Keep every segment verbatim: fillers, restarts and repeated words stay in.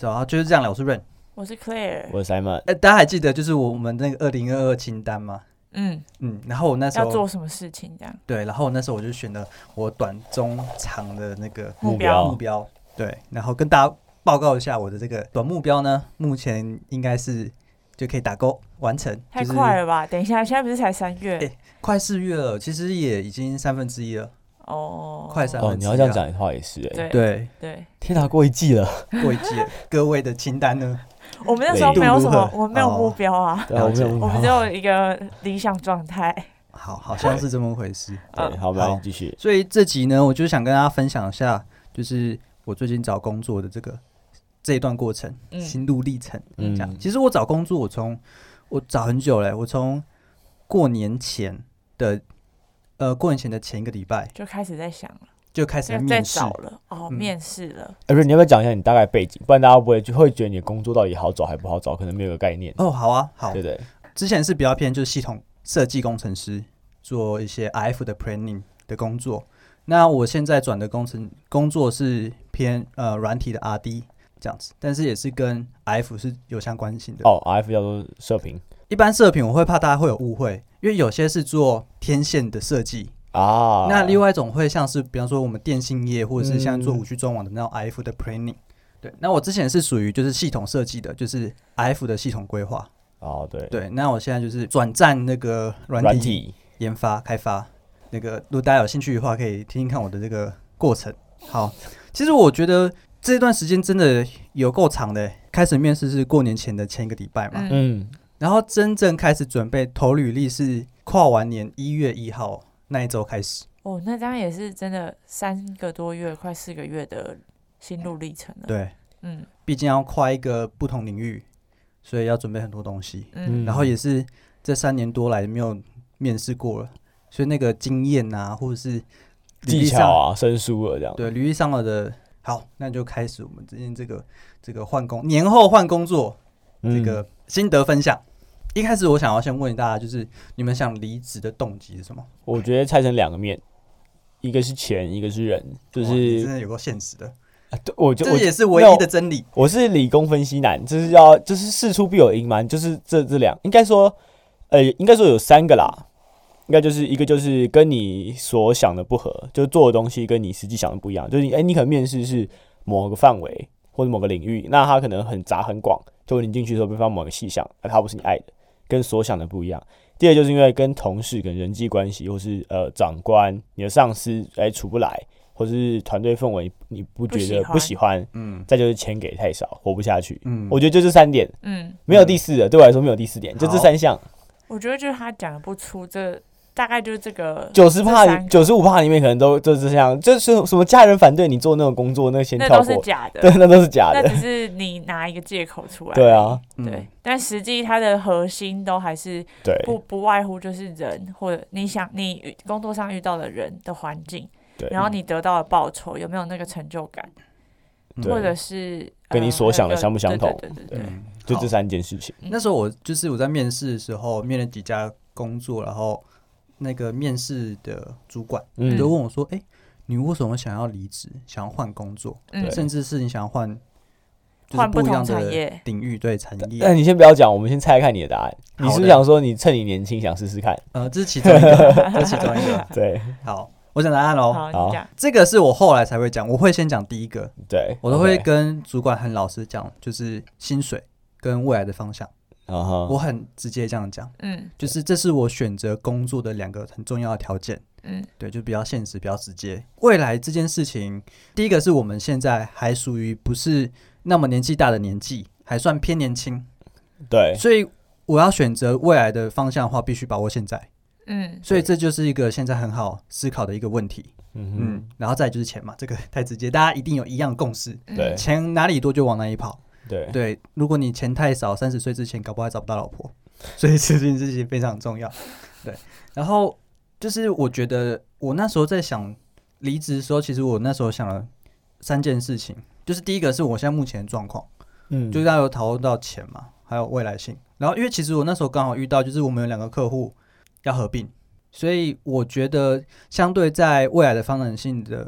绍啊，就是这样了。我是 Ren， 我是 Claire， 我是 Simon。 哎、大家还记得就是我们那个二零二二清单吗？ 嗯嗯，然后我那时候要做什么事情这样？ 对，然后我那时候我就选了我短中长的那个目标目标，对，然后跟大家报告一下我的这个短目标呢，目前应该是就可以打勾完成。 太快了吧？等一下，现在不是才三月？ 欸快四月了，其实也已经三分之一了。 哦， 快三分之一了。 哦，你要这样讲的话也是哎、 对对对， 天哪，过一季了。 过一季了，各位的清单呢？ 我们那时候没有什么， 累度如何我们没有目标啊， 对啊，我们有目我们只标。 有一个理想状态。 好，好像是这么回事。 对，好，我们继续。 所以这集呢，我就想跟大家分享一下，就是我最近找工作的这个这一段过程， 嗯心路历程。 嗯这样，其实我找工作，我从我找很久了，我从过年前的呃过年前的前一个礼拜就开始在想了， 就开始在面试找了哦， 嗯面试了。 哎，不是，你要不要讲一下你大概背景？不然大家不会就会觉得你的工作到底好找还不好找，可能没有个概念。 哦，好啊，好， 对不对？ 之前是比较偏就是系统设计工程师，做一些 I F 的 planning 的工作。那我现在转的工程工作是偏呃软体的 R D 这样子，但是也是跟 I F 是有相关性的。 哦 ，R F 叫做射频一般射频我会怕大家会有误会，因为有些是做天线的设计， 啊。 那另外一种会像是比方说我们电信业或者是像做嗯五 G 专网的那种 I F 的 planning。对，那我之前是属于就是系统设计的，就是 I F 的系统规划。 哦，对对，那我现在就是转战那个软体软体研发开发。那个如果大家有兴趣的话，可以听听看我的这个过程。好，其实我觉得这段时间真的有够长的。开始面试是过年前的前一个礼拜嘛， 嗯， 嗯， 然后真正开始准备投履历是跨完年一月一号那一周开始。 哦，那这样也是真的三个多月，快四个月的心路历程了。， 对， 嗯毕竟要跨一个不同领域，所以要准备很多东西。 嗯， 然后也是这三年多来没有面试过了，所以那个经验啊，或者是履技历上巧啊，生疏了这样。 对，履历上了的。好，那就开始我们之间这个这个换工年后换工作嗯， 这个心得分享。一开始我想要先问大家，就是你们想离职的动机是什么？ 我觉得拆成两个面，一个是钱，一个是人，就哇你真是的有够现实的， 啊对我就我这也是唯一的真理。 我是理工分析男，就是要就是事出必有因嘛，就是这这两应该说，呃，应该说有三个啦，应该就是一个就是跟你所想的不合，就是做的东西跟你实际想的不一样，就是你哎、欸，你可能面试是某个范围或者某个领域，那它可能很杂很广，就你进去的时候被放某个细项，那它不是你爱的，跟所想的不一样。第二就是因为跟同事、跟人际关系，或是呃长官、你的上司哎、欸、处不来，或是团队氛围你不觉得不喜欢， 嗯再就是钱给太少，活不下去。 嗯， 我觉得就这三点， 嗯， 没有第四的，对我来说没有第四点，就这三项。 我觉得就是他讲的不出，这大概就是这个九十趴、 这三个九十五趴里面可能都就这项，就是什么家人反对你做那种工作，那个先那都是跳过， 假的， 对，那都是假的那只。是你拿一个借口出来。 对啊， 嗯对，但实际它的核心都还是对不不外乎就是人，或者你想你工作上遇到的人的环境， 对， 然后你得到的报酬有没有那个成就感， 嗯或者是跟你所想的呃相不相同对对对对对， 嗯就这好三件事情。 那时候我就是我在面试的时候面了几家工作，然后那个面试的主管嗯就问我说：“哎、你为什么想要离职，想要换工作， 嗯， 甚至是你想要换就是换不同不一样的产业领域？对产但业， 你先不要讲，我们先猜看你的答案。 好的你是不是想说你趁你年轻想试试看？ 呃，这是其中一个，这是其中一个。 对好，我讲答案喽。 好， 好你讲， 这个是我后来才会讲，我会先讲第一个， 对， 我都会 OK 跟主管很老实讲，就是薪水跟未来的方向， 嗯哼我很直接这样讲， 嗯就是这是我选择工作的两个很重要的条件。 嗯对，就比较现实，比较直接。未来这件事情，第一个是我们现在还属于不是那么年纪大的年纪，还算偏年轻， 对， 所以我要选择未来的方向的话，必须把握现在。 嗯， 所以这就是一个现在很好思考的一个问题。 嗯嗯，然后再来就是钱嘛，这个太直接，大家一定有一样的共识， 嗯对钱哪里多就往哪里跑。 对对，如果你钱太少，三十岁之前搞不好还找不到老婆，所以这件事情非常重要。对，然后就是我觉得我那时候在想离职的时候，其实我那时候想了三件事情，就是第一个是我现在目前的状况， 嗯就是大家有讨论到钱嘛，还有未来性。然后因为其实我那时候刚好遇到，就是我们有两个客户要合并，所以我觉得相对在未来的发展性的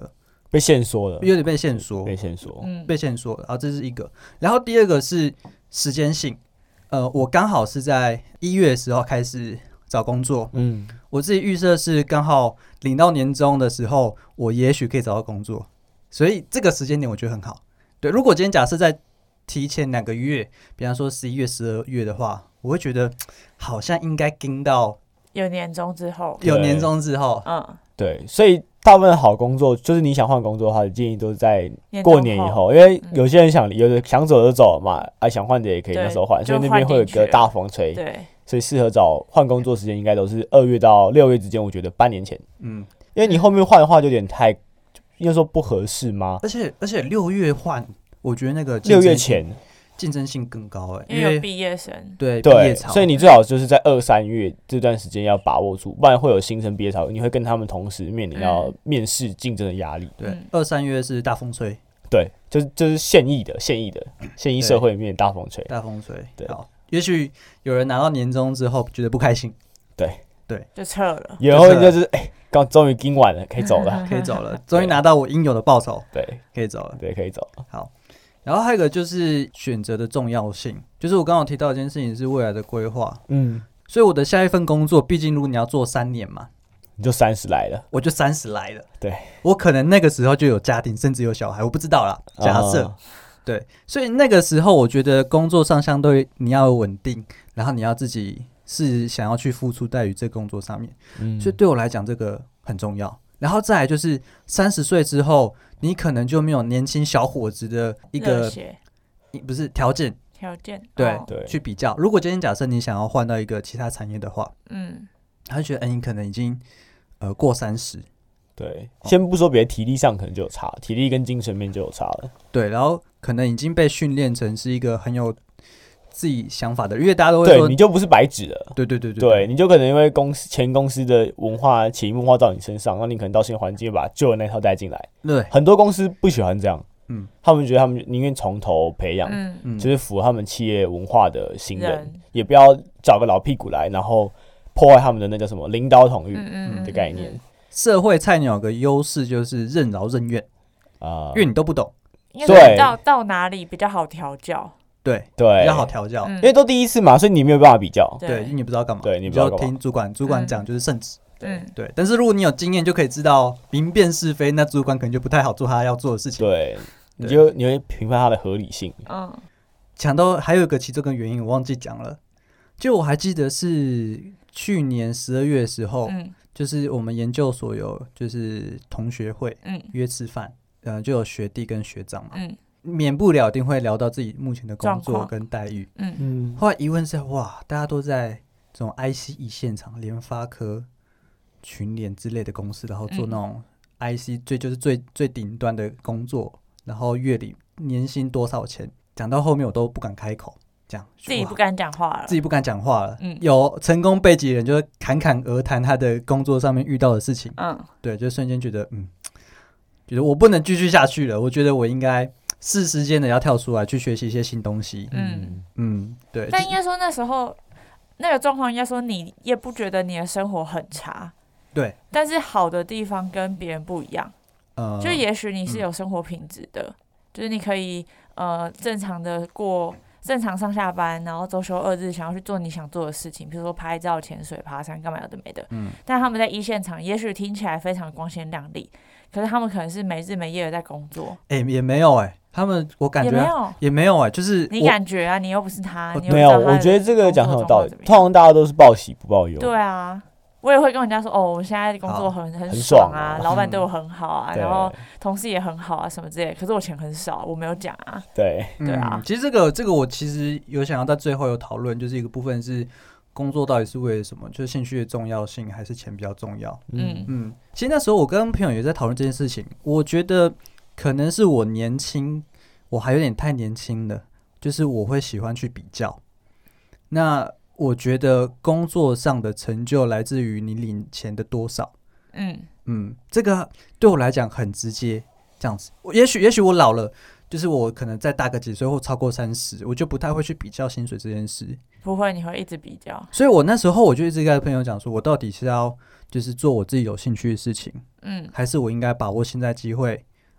被限缩了， 有点被限缩， 被限缩， 嗯， 被限缩了。然后这是一个，然后第二个是时间性。呃，我刚好是在一月的时候开始找工作， 嗯， 我自己预设是刚好领到年终的时候，我也许可以找到工作，所以这个时间点我觉得很好。对，如果今天假设在提前两个月，比方说十一月、十二月的话，我会觉得好像应该盯到有年终之后， 有年终之后， 嗯， 对，所以大部分好工作就是你想换工作的话，建议都是在年终过年以后，因为有些人想有的想走就走嘛，啊想换的也可以对那时候换，所以就那边会有一个换进去了大风吹， 对， 所以适合找换工作时间应该都是二月到六月之间，我觉得半年前， 嗯， 因为你后面换的话就有点太，应该说不合适吗？ 而且而且六月换，我觉得那个六月前， 竞争性更高哎、 因为有毕业生， 对毕对， 业潮， 所以你最好就是在二三月这段时间要把握住，不然会有新生毕业潮，你会跟他们同时面临要面试竞争的压力。 对嗯二三月是大风吹， 对，就是就是现役的现役的现役社会里面的大风吹。 大风吹， 对好，也许有人拿到年终之后觉得不开心， 就撤了， 有人会就是哎，刚终于盯完了，可以走了。 可以走了，终于拿到我应有的报酬， 对可以走了。 对，可以走。 好，然后还有一个就是选择的重要性，就是我刚刚提到一件事情是未来的规划， 嗯， 所以我的下一份工作，毕竟如果你要做三年嘛， 你就三十来了。 我就三十来了， 对， 我可能那个时候就有家庭，甚至有小孩，我不知道啦，假设。 啊对，所以那个时候我觉得工作上相对你要稳定，然后你要自己是想要去付出在于这工作上面， 嗯所以对我来讲这个很重要。然后再来就是三十岁之后，你可能就没有年轻小伙子的一个热血不是条件， 条件， 对、 哦对去比较。如果今天假设你想要换到一个其他产业的话， 嗯， 他就觉得哎、你可能已经呃过三十， 对，先不说别的，体力上可能就有差，体力跟精神面就有差了。 对，然后可能已经被训练成是一个很有自己想法的人，因为大家都会对， 说， 你就不是白纸了。 对对对对对，你就可能因为公司前公司的文化潜移默化到你身上，然后你可能到新的环境把旧的那套带进来。 对， 很多公司不喜欢这样， 嗯他们觉得他们宁愿从头培养， 嗯， 嗯， 就是符合他们企业文化的新人， 人， 也不要找个老屁股来，然后破坏他们的那叫什么领导统御嗯嗯的概念。 社会菜鸟有个优势就是任劳任怨， 啊、 因为你都不懂， 应该对是到到哪里比较好调教， 对， 对， 比较好调教， 嗯因为都第一次嘛，所以你没有办法比较。 对，因为你不知道干嘛，你就对你不知道干嘛听主管，主管讲就是圣旨， 嗯， 对。但是如果你有经验，就可以知道明辨是非，那主管可能就不太好做他要做的事情。 对，你就你会评判它的合理性。 嗯， 讲到还有一个其中一个原因，我忘记讲了，就我还记得是去年十二月的时候， 嗯就是我们研究所有就是同学会嗯约吃饭，呃，就有学弟跟学长嘛， 嗯免不了一定会聊到自己目前的工作状况跟待遇。 嗯嗯， 后来疑问是，哇，大家都在这种 I C 一线厂、联发科、群联之类的公司，然后做那种 I C 最就是最最顶端的工作，然后月里年薪多少钱，讲到后面我都不敢开口，这样哇自己不敢讲话了， 自己不敢讲话了。 嗯有成功背景的人就会侃侃而谈他的工作上面遇到的事情， 嗯对，就瞬间觉得嗯，觉得我不能继续下去了，我觉得我应该是时间的要跳出来去学习一些新东西。 嗯， 嗯，对， 但应该说那时候那个状况，应该说你也不觉得你的生活很差， 对， 但是好的地方跟别人不一样， 呃， 就也许你是有生活品质的，就是你可以呃正常的过正常上下班，然后周休二日想要去做你想做的事情，比如说拍照、潜水、爬山，干嘛有的没的。 嗯， 但他们在一线厂，也许听起来非常光鲜亮丽，可是他们可能是没日没夜的在工作， 哎、也没有哎、他们我感觉也没有。 也没有哎、就是你我感觉啊，你又不是他，你又不没有， 知道他的我觉得这个讲很有道理工作状况怎。么样通常大家都是报喜不报忧。 对啊，我也会跟人家说，哦，我现在工作很很很爽爽啊， 啊老板对我很好啊， 对然后同事也很好啊，什么之类的。可是我钱很少，我没有讲啊。 对， 对啊嗯，其实这个这个我其实有想要在最后有讨论，就是一个部分是工作到底是为了什么，就是兴趣的重要性还是钱比较重要？ 嗯嗯，其实那时候我跟朋友也在讨论这件事情，我觉得可能是我年轻，我还有点太年轻了，就是我会喜欢去比较。那我觉得工作上的成就来自于你领钱的多少。 嗯嗯，这个对我来讲很直接，这样子。我也许也许我老了，就是我可能再大个几岁或超过三十，我就不太会去比较薪水这件事。 不会，你会一直比较。 所以我那时候我就一直跟朋友讲说，我到底是要就是做我自己有兴趣的事情， 嗯还是我应该把握现在机会，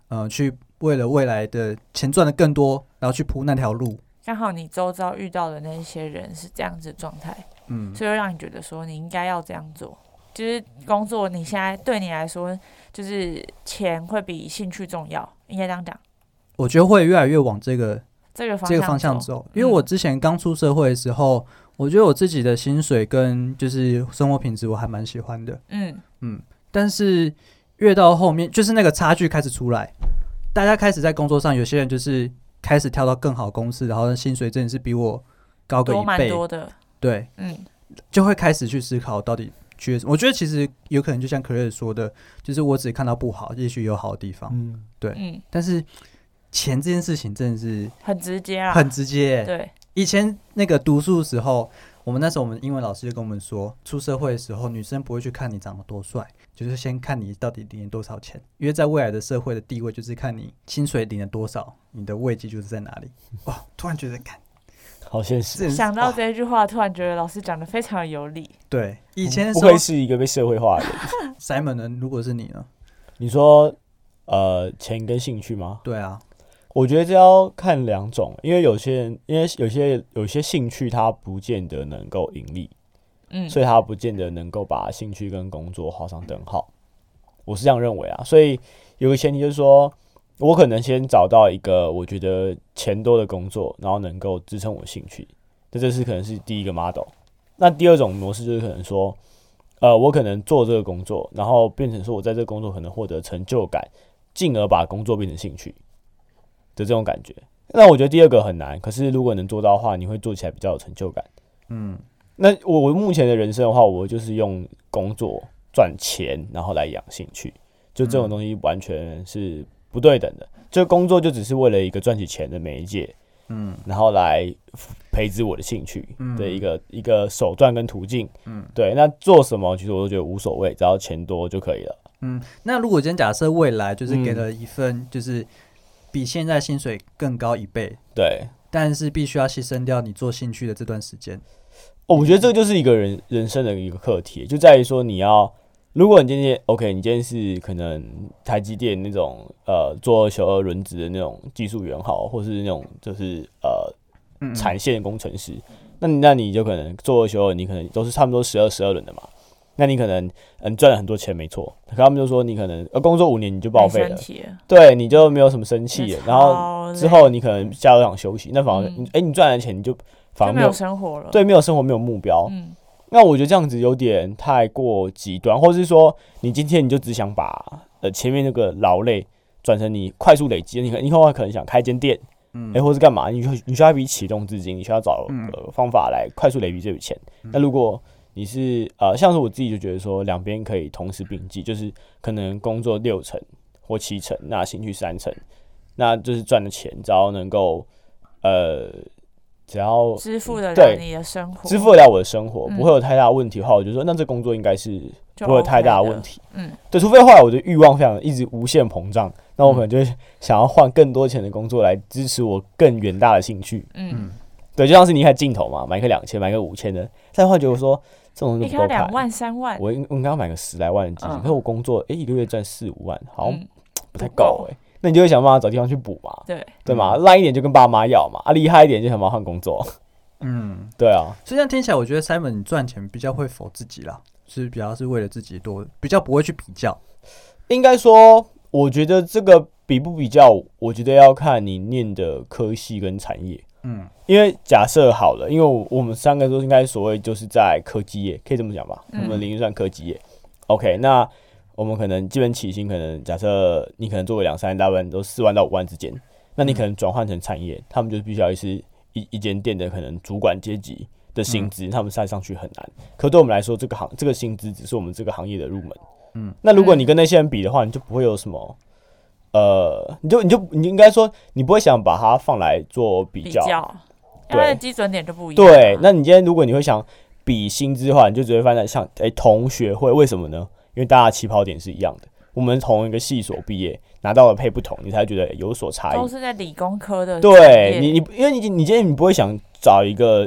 呃，去为了未来的钱赚的更多，然后去铺那条路。 刚好你周遭遇到的那些人是这样子的状态， 嗯， 所以会让你觉得说你应该要这样做。就是工作，你现在对你来说，就是钱会比兴趣重要，应该这样讲。 我觉得会越来越往这个这个方向这个方向走，因为我之前刚出社会的时候，嗯、我觉得我自己的薪水跟就是生活品质我还蛮喜欢的，嗯嗯，但是越到后面，就是那个差距开始出来，大家开始在工作上，有些人就是开始跳到更好的公司，然后薪水真的是比我高个一倍， 多蛮多的， 对，嗯，就会开始去思考到底。我觉得其实有可能就像 Claire 说的，就是我只看到不好，也许有好的地方，嗯，对，嗯，但是钱这件事情真的是很直接啊， 很直接、欸。 对， 以前那个读书的时候，我们那时候我们英文老师就跟我们说，出社会的时候，女生不会去看你长得多帅，就是先看你到底领了多少钱，因为在未来的社会的地位就是看你薪水领了多少，你的位阶就是在哪里。哇，突然觉得干。 好现实， 想到这一句话，突然觉得老师讲的非常有理。 对，以前不愧是一个被社会化的人。 Simon 呢？如果是你呢？ 你说呃，钱跟兴趣吗？ 对啊， 我觉得这要看两种，因为有些人，因为有些有些兴趣它不见得能够盈利，嗯，所以它不见得能够把兴趣跟工作画上等号。我是这样认为啊，所以有个前提就是说。我可能先找到一个我觉得钱多的工作，然后能够支撑我兴趣，这这是可能是第一个 model。那第二种模式就是可能说，呃，我可能做这个工作，然后变成说我在这个工作可能获得成就感，进而把工作变成兴趣的这种感觉。那我觉得第二个很难，可是如果能做到的话，你会做起来比较有成就感。嗯，那我我目前的人生的话，我就是用工作赚钱，然后来养兴趣，就这种东西完全是。不对等的，就工作就只是为了一个赚取钱的媒介，嗯，然后来培植我的兴趣的一个、嗯、一个手段跟途径，嗯，对。那做什么其实我都觉得无所谓，只要钱多就可以了。 嗯，那如果今天假设未来就是给了一份就是比现在薪水更高一倍， 对， 但是必须要牺牲掉你做兴趣的这段时间。 哦，我觉得这就是一个人人生的一个课题，就在于说你要。如果你今天 OK， 你今天是可能台积电那种呃做二休二轮值的那种技术员好，或是那种就是呃产线工程师，那你那你就可能做二休二，你可能都是差不多十二十二轮的嘛，那你可能嗯赚了很多钱没错，可他们就说你可能呃工作五年你就报废了，对，你就没有什么生气了，然后之后你可能下周想休息，那反而哎、嗯欸、你赚了钱你就反而没有生活了， 对，没有生活没有目标，嗯。那我觉得这样子有点太过极端，或者是说，你今天你就只想把呃前面那个劳累转成你快速累积，你可以后可能想开间店，嗯，哎、欸，或是干嘛，你你需要一笔启动资金，你需要找呃方法来快速累积这笔钱。嗯、那如果你是呃，像是我自己就觉得说，两边可以同时并进，就是可能工作六成或七成，那兴趣三成，那就是赚的钱只要能够呃。只要支付得了你的生活， 支付得了我的生活，嗯、不会有太大的问题的话，我就说那这工作应该是不会有太大的问题。嗯，对，除非后来我的欲望非常一直无限膨胀，那我可能就会想要换更多钱的工作来支持我更远大的兴趣。嗯，对，就像是你看镜头嘛，买个两千，买个五千的，再换觉得说这种东西不够两万三万， 我应我应该要买个十来万的基金，嗯、可是我工作哎、欸、一个月赚四五万，好像不太够哎、欸。那你就会想办法找地方去补嘛， 对对嘛，烂一点就跟爸妈要嘛，啊厉害一点就想办法换工作，嗯，对啊。 所以这样听起来，我觉得 Simon 你赚钱比较会否自己啦，是比较是为了自己多，比较不会去比较。 应该说，我觉得这个比不比较，我觉得要看你念的科系跟产业，嗯，因为假设好了，因为我们三个都应该所谓就是在科技业，可以这么讲吧，嗯、我们领域算科技业 ，OK， 那。我们可能基本起薪，可能假设你可能做个两三大半都四万到五万之间，那你可能转换成产业，他们就必须要是一一间店的可能主管阶级的薪资，嗯、他们塞上去很难。可对我们来说，这个行这个薪资只是我们这个行业的入门。嗯，那如果你跟那些人比的话，你就不会有什么，呃，你就你就你应该说你不会想把它放来做比较， 比较因为基准点就不一样。 对，那你今天如果你会想比薪资的话，你就只会发现像哎、欸、同学会，为什么呢？因为大家起跑点是一样的，我们同一个系所毕业，拿到的配不同，你才觉得有所差异。 都是在理工科的。 对你，你因为你你今天你不会想找一个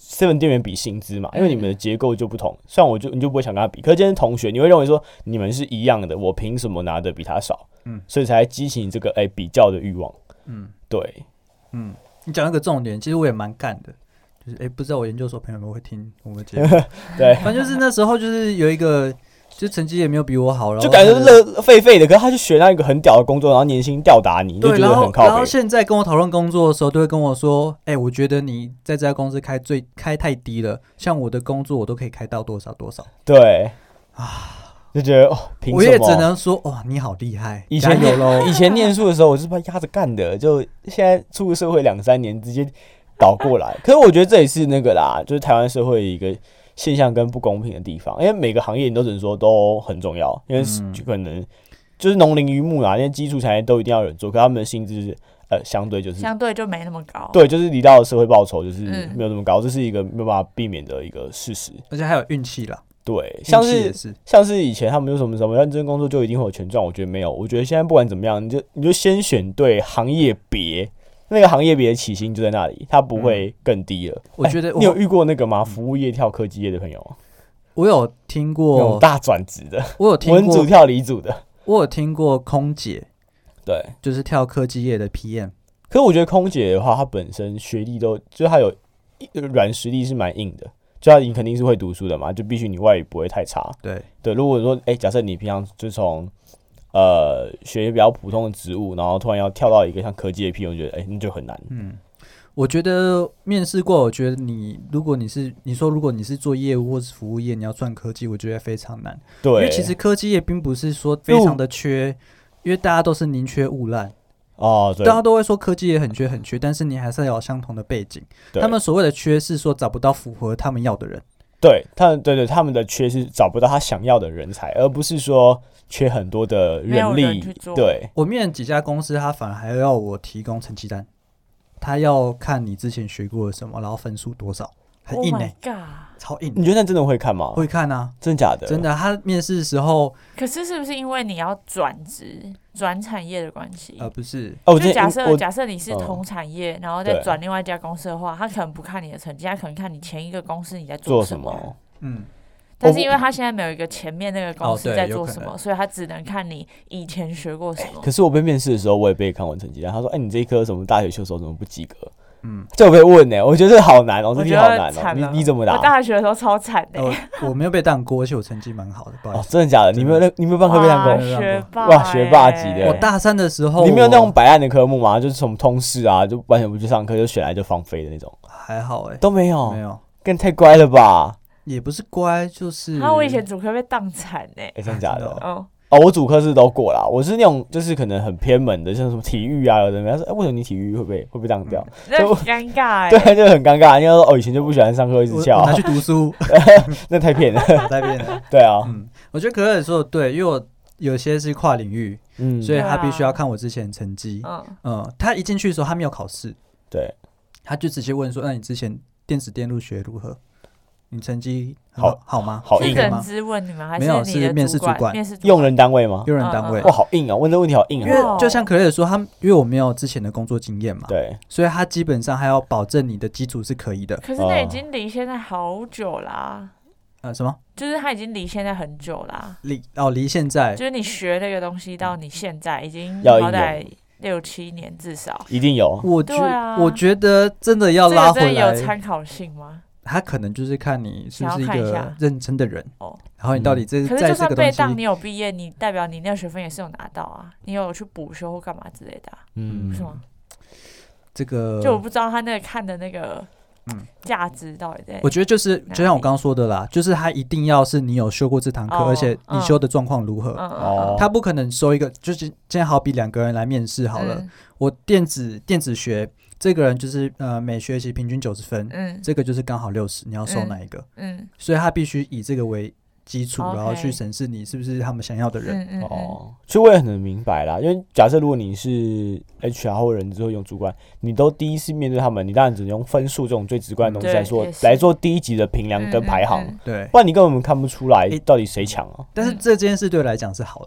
seven 店员比薪资嘛，因为你们的结构就不同，虽然我就你就不会想跟他比，可是今天同学你会认为说你们是一样的，我凭什么拿的比他少？嗯，所以才激起你这个哎、欸、比较的欲望。嗯，对， 嗯，你讲一个重点，其实我也蛮干的，就是哎、欸，不知道我研究所朋友们会听我们节目， 对， 反正就是那时候就是有一个。就成绩也没有比我好，然后就感觉乐废废的，可是他就学到一个很屌的工作，然后年薪吊打你，就觉得很靠北。 然后现在跟我讨论工作的时候，都会跟我说：“哎、欸，我觉得你在这家公司开最开太低了，像我的工作我都可以开到多少多少。” 对啊，就觉得哦，凭什么？ 我也只能说，哇，你好厉害！ 以前有喽， 以前念书的时候，我是把压着干的，就现在出了社会两三年，直接倒过来。可是我觉得这也是那个啦，就是台湾社会一个现象跟不公平的地方，因为每个行业你都只能说都很重要，因为就可能就是农林渔牧啦，因为基础产业都一定要有人做，可他们的薪资是呃相对就是相对就没那么高， 对，就是离到社会报酬就是没有那么高，嗯、这是一个没有办法避免的一个事实， 而且还有运气啦。 对，像是, 是像是以前他们有什么什么认真工作就一定会有权赚，我觉得没有，我觉得现在不管怎么样，你就你就先选对行业别。那个行业别的起薪就在那里，它不会更低了。嗯、 我觉得、欸、 你有遇过那个吗？服务业跳科技业的朋友吗？ 我有听过， 有大转职的， 我有听过文组跳理组的， 我有听过空姐， 对， 就是跳科技业的 P M。 可是我觉得空姐的话，她本身学历都，就是她有软实力是蛮硬的，就她你肯定是会读书的嘛，就必须你外语不会太差。 对对，如果说哎、欸，假设你平常就从呃，学比较普通的职务，然后突然要跳到一个像科技的 P， 我觉得哎、欸，那就很难。 嗯，我觉得面试过，我觉得你如果你是你说如果你是做业务或是服务业，你要赚科技，我觉得非常难。 对， 因为其实科技业并不是说非常的缺，因为大家都是宁缺毋滥。 哦，对， 大家都会说科技业很缺很缺，但是你还是要有相同的背景。他们所谓的缺是说找不到符合他们要的人。 对，他们对对，他们的缺是找不到他想要的人才，而不是说缺很多的人力。 人去做对， 我面几家公司，他反而还要我提供成绩单，他要看你之前学过什么，然后分数多少，很硬哎、欸 oh 超硬。 你觉得那真的会看吗？ 会看啊， 真的假的？ 真的。他面试的时候， 可是是不是因为你要转职、转产业的关系？ 呃，不是。 哦， 就假设假设你是同产业， 嗯、 然后再转另外一家公司的话，他可能不看你的成绩，他可能看你前一个公司你在做什么。 什么嗯。 但是因为他现在没有一个前面那个公司在做什么， 哦、 所以他只能看你以前学过什么。 可是我被面试的时候，我也被看完成绩单，他说：“哎、欸，你这一科什么大学修手怎么不及格？”嗯，这我被问呢、欸，我觉得这好难哦、喔，这题好难哦、喔。你你怎么答？ 我大学的时候超惨的、欸哦，我没有被当过，而且我成绩蛮好的，不好意思。 哦，真的假的？你没有你没有办法被当过？ 学霸、欸， 哇，学霸级的、欸。 我大三的时候， 你没有那种白案的科目吗？就是什么通识啊，就完全不去上课，就选来就放飞的那种。 还好哎、欸， 都没有， 没有， 更太乖了吧？ 也不是乖，就是啊，我以前主科被当惨哎、 欸，真的假的？ 哦哦，我主科是都过啦，我是那种就是可能很偏门的，像什么体育啊，有的人家说，哎、欸，为什么你体育会被会被当掉？ 那很尴尬哎， 对，就很尴尬。人家说哦，以前就不喜欢上课，一直翘， 拿去读书， 那太骗了， 太骗了。 对啊， 嗯，我觉得可可说的对，因为我有些是跨领域，嗯，所以他必须要看我之前的成绩，嗯嗯，他一进去的时候他没有考试， 对， 他就直接问说，那你之前电子电路学如何？你成绩好好吗？ 好硬吗？ 是人资问你们还是没有？是面试主管， 面试用人单位吗？ 用人单位。 哇，好硬啊！问这问题好硬啊！ 因为就像可乐说，他因为我没有之前的工作经验嘛， 对， 所以他基本上还要保证你的基础是可以的。 可是那已经离现在好久啦。 呃，什么？ 就是他已经离现在很久啦。 离哦，离现在就是你学那个东西到你现在已经好歹六七年至少。 一定有。 我觉、 啊、 我觉得真的要拉回来， 这个真的有参考性吗？ 他可能就是看你是不是一个认真的人，哦，然后你到底这、 嗯、 在可是就算被当， 你有毕业，你代表你那个学分也是有拿到啊，你有去补修或干嘛之类的、啊，嗯，是吗？ 这个就我不知道他那个看的那个嗯价值到底在。 我觉得就是就像我刚刚说的啦，就是他一定要是你有修过这堂课，哦、而且你修的状况如何，哦、他不可能收一个，就是今天好比两个人来面试好了，嗯、我电子电子学。这个人就是呃每学期平均九十分，嗯，这个就是刚好六十，你要收哪一个？嗯，嗯所以他必须以这个为基础， okay, 然后去审视你是不是他们想要的人。 嗯嗯嗯、 哦，所以我也很能明白啦，因为假设如果你是 H R 或人资或用主管，你都第一次面对他们，你当然只能用分数这种最直观的东西来做来做第一级的评量跟排行， 对、嗯嗯嗯， 不然你根本看不出来到底谁强啊。 但是这件事对我来讲是好的。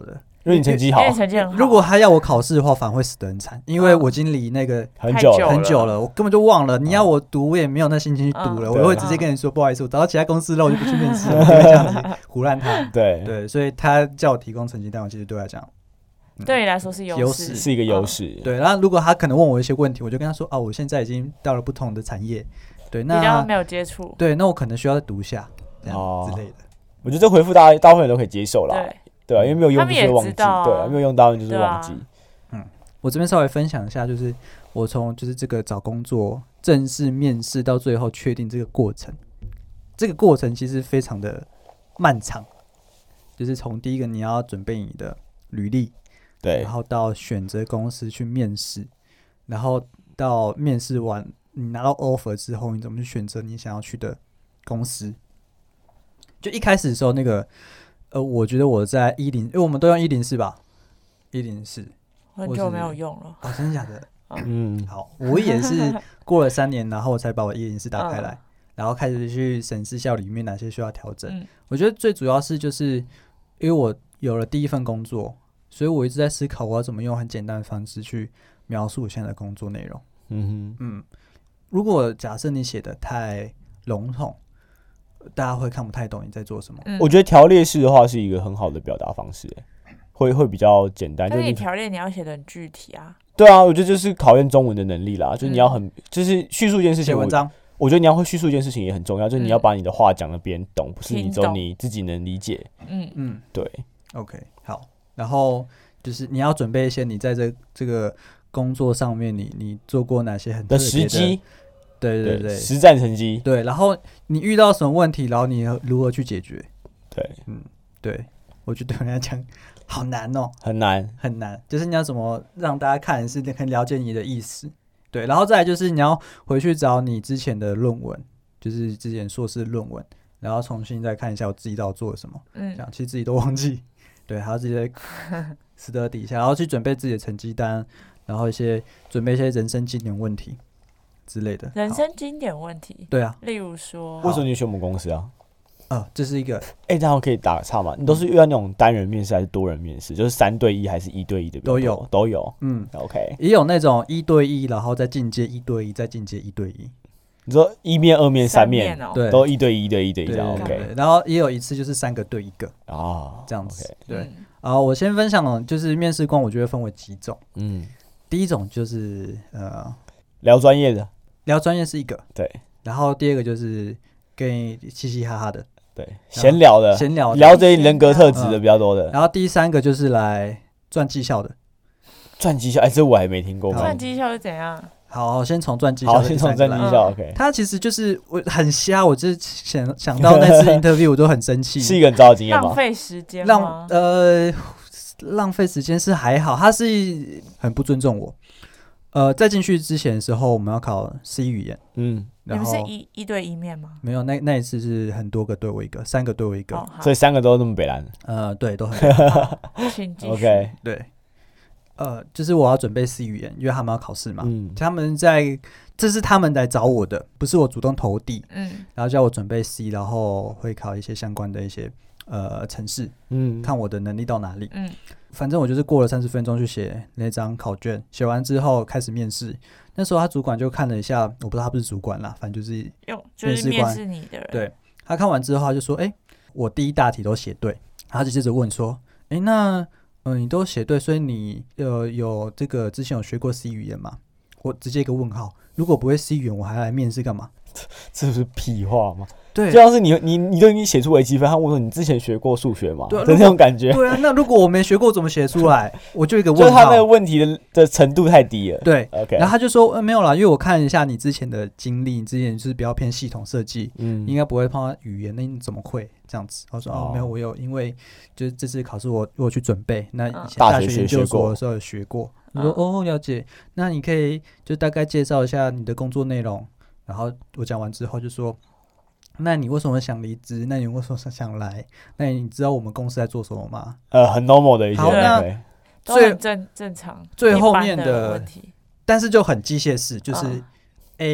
因为你成绩好因为，成绩很好。 如果他要我考试的话，反而会死得很惨，因为我已经离那个很久了， 太久很久了，我根本就忘了。你要我读，我也没有那心情去读了， 嗯我会直接跟你说不好意思，我找到其他公司了，我就不去面试了，我就会这样子胡乱他。 对对，所以他叫我提供成绩单，我其实对我来讲。嗯对你来说是优优势是一个优势。 对，然后如果他可能问我一些问题，我就跟他说啊，我现在已经到了不同的产业，对， 比较那没有接触。 对，那我可能需要再读一下这样哦之类的。 我觉得这回复大家大部分人都可以接受啦， 对， 对啊，因为没有用就是会忘记， 他们也知道啊对啊，没有用到就是忘记。 我这边稍微分享一下，就是我从就是这个找工作、正式面试到最后确定这个过程，这个过程其实非常的漫长，就是从第一个你要准备你的履历， 对然，后到选择公司去面试，然后到面试完你拿到 offer 之后，你怎么去选择你想要去的公司？就一开始的时候，那个呃，我觉得我在一零，因为我们都用一零四吧，一零四。 很久没有用了。 哦，真的假的？ 嗯， 好，我也是过了三年，然后我才把我一零四打开来， 嗯然后开始去审视一下里面哪些需要调整。 嗯我觉得最主要是就是因为我有了第一份工作，所以我一直在思考我要怎么用很简单的方式去描述我现在的工作内容。 嗯哼， 嗯，如果假设你写的太笼统，大家会看不太懂你在做什么。 嗯我觉得条列式的话是一个很好的表达方式，会会比较简单。就是你但你条列你要写的很具体啊。 对啊，我觉得就是考验中文的能力啦，就是你要很就是叙述一件事情，我写文章， 我觉得你要会叙述一件事情也很重要，就是你要把你的话讲的别人懂，不是你只有听懂你自己能理解。 嗯嗯对， ，OK， 好，然后就是你要准备一些你在这这个工作上面你你做过哪些很特的别时机， 对对对实战成绩， 对，然后你遇到什么问题，然后你如何去解决？ 对， 对，我觉得对我来讲好难哦， 很难。 很难，就是你要怎么让大家看是很了解你的意思，对，然后再来就是你要回去找你之前的论文，就是之前硕士论文，然后重新再看一下我自己到底做了什么， 嗯这样其实自己都忘记，对，还要自己在死得底下，然后去准备自己的成绩单，然后一些准备一些人生经典问题之类的。 人好生经典问题， 对啊， 例如说为什么你选我们公司啊？ 呃，这是一个哎、这样可以打个岔吗？你都是遇到那种单人面试还是多人面试？就是三对一还是一对一的比较多？ 都有都有。 嗯， OK， 也有那种一对一，然后再进阶一对一，再进阶一对一， 你说一面、二面、三面， 哦， 对， 都一对一、一对一、一对一对这样。 对 OK 对然后也有一次就是三个对一个啊， 这样子 OK， 对。 嗯然后我先分享了，就是面试官，我觉得分为几种。 嗯， 第一种就是呃聊专业的， 聊专业是一个， 对然后第二个就是跟你嘻嘻哈哈的对，闲聊的， 闲聊的， 聊这些人格特质的比较多的。 然后第三个就是来赚绩效的。 赚绩效，哎，这我还没听过。 好赚绩效是怎样？ 好，先从赚绩效好， 的先第三个来。 从赚绩效嗯 ，OK， 他其实就是我很瞎，我就是想想到那次 interview 我都很生气， 是一个很糟的经验吗？ 浪费时间浪吗？ 呃浪费时间是还好，他是很不尊重我。呃，在进去之前的时候，我们要考 C 语言， 嗯， 你们是然后一一对一面吗？ 没有那那一次是很多个对我一个，三个对我一个， 哦，好所以三个都那么北蓝。 呃，对，都很好请继续。 OK， 对。呃，就是我要准备 C 语言，因为他们要考试嘛。 嗯， 他们在，这是他们来找我的，不是我主动投递， 嗯然后叫我准备 C，然后会考一些相关的一些呃程式， 嗯， 看我的能力到哪里。 嗯反正我就是过了三十分钟去写那张考卷，写完之后开始面试。那时候他主管就看了一下，我不知道他不是主管啦，反正就是用就是面试你的人， 对他看完之后他就说：“哎、我第一大题都写对。”他就接着问说：“哎、那嗯、呃，你都写对，所以你呃有这个之前有学过 C 语言吗？”我直接一个问号，如果不会 C 语言，我还来面试干嘛？ 这不是屁话吗？ 对就像是你你你都已经写出微积分，他问说你之前学过数学吗？ 对啊的那种感觉， 对啊，那如果我没学过，怎么写出来？我就一个就是问号。 他那个问题的的程度太低了。 对， ，OK， 然后他就说：“呃，没有啦，因为我看一下你之前的经历，你之前就是比较偏系统设计， 嗯应该不会碰到语言，那你怎么会这样子？”我说：“哦， 哦没有，我有，因为就是这次考试我我有去准备，那以前大学大学研究学过所的时候有学过。”我说：“ 嗯哦，了解。那你可以就大概介绍一下你的工作内容。”然后我讲完之后就说：“那你为什么想离职？那你为什么想来？那你知道我们公司在做什么吗呃，很 normal 的一些。 好那 OK 最都很正正常。 最后一般面的问题，？” 但是就很机械式，就是嗯 A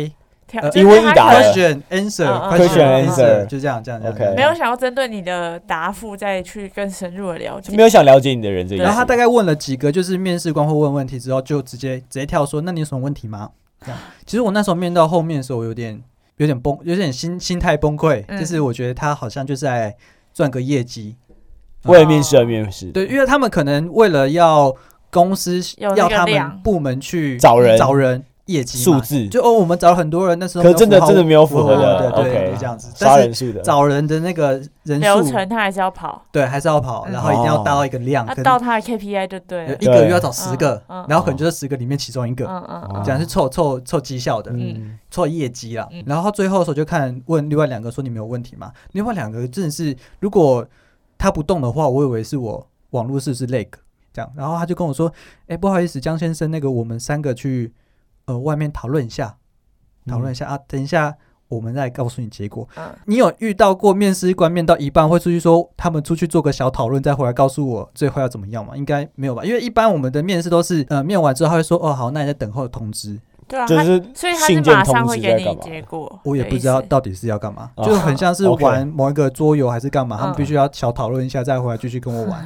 呃一问一答的 question answer 嗯嗯 question answer 就这样这样这样 OK 没有想要针对你的答复再去更深入的了解， 没有想了解你的人这一然后他次大概问了几个，就是面试官会问问题之后，就直接直接跳说：“那你有什么问题吗？”这样。其实我那时候面到后面的时候，我有点有点崩，有点心心态崩溃， 嗯就是我觉得他好像就是在赚个业绩， 为了面试而面试， 对，因为他们可能为了要公司有那要他个量们部门去找人找人业绩嘛数字， 就哦，我们找了很多人，那时候可是真的没有符合真的没有符合符的对对对 OK 这样子。 杀但是人数的， 找人的那个人流数， 程他还是要跑， 对，还是要跑， 嗯然后一定要达到一个量， 他可能到他的 K P I 就对了。 一个月要找十个嗯嗯， 然后可能就是十个里面其中一个， 嗯嗯哦嗯， 这样是凑凑凑绩效的， 嗯， 凑业绩啦嗯。 然后最后的时候就看问另外两个说你没有问题吗？另外两个真的是，如果他不动的话，我以为是我网络是不是 lag 这样，然后他就跟我说，哎，不好意思，江先生，那个我们三个去呃外面讨论一下，讨论一下啊，等一下我们再告诉你结果。 嗯你有遇到过面试官面到一半会出去说他们出去做个小讨论，再回来告诉我最后要怎么样吗？应该没有吧？因为一般我们的面试都是呃面完之后他会说哦好，那你在等候通知。 对啊，他就是所以他是信件马上通会给你知在干嘛？ 结果。 我也不知道到底是要干嘛， 哦就很像是 OK 玩某一个桌游还是干嘛， 嗯他们必须要小讨论一下，再回来继续跟我玩。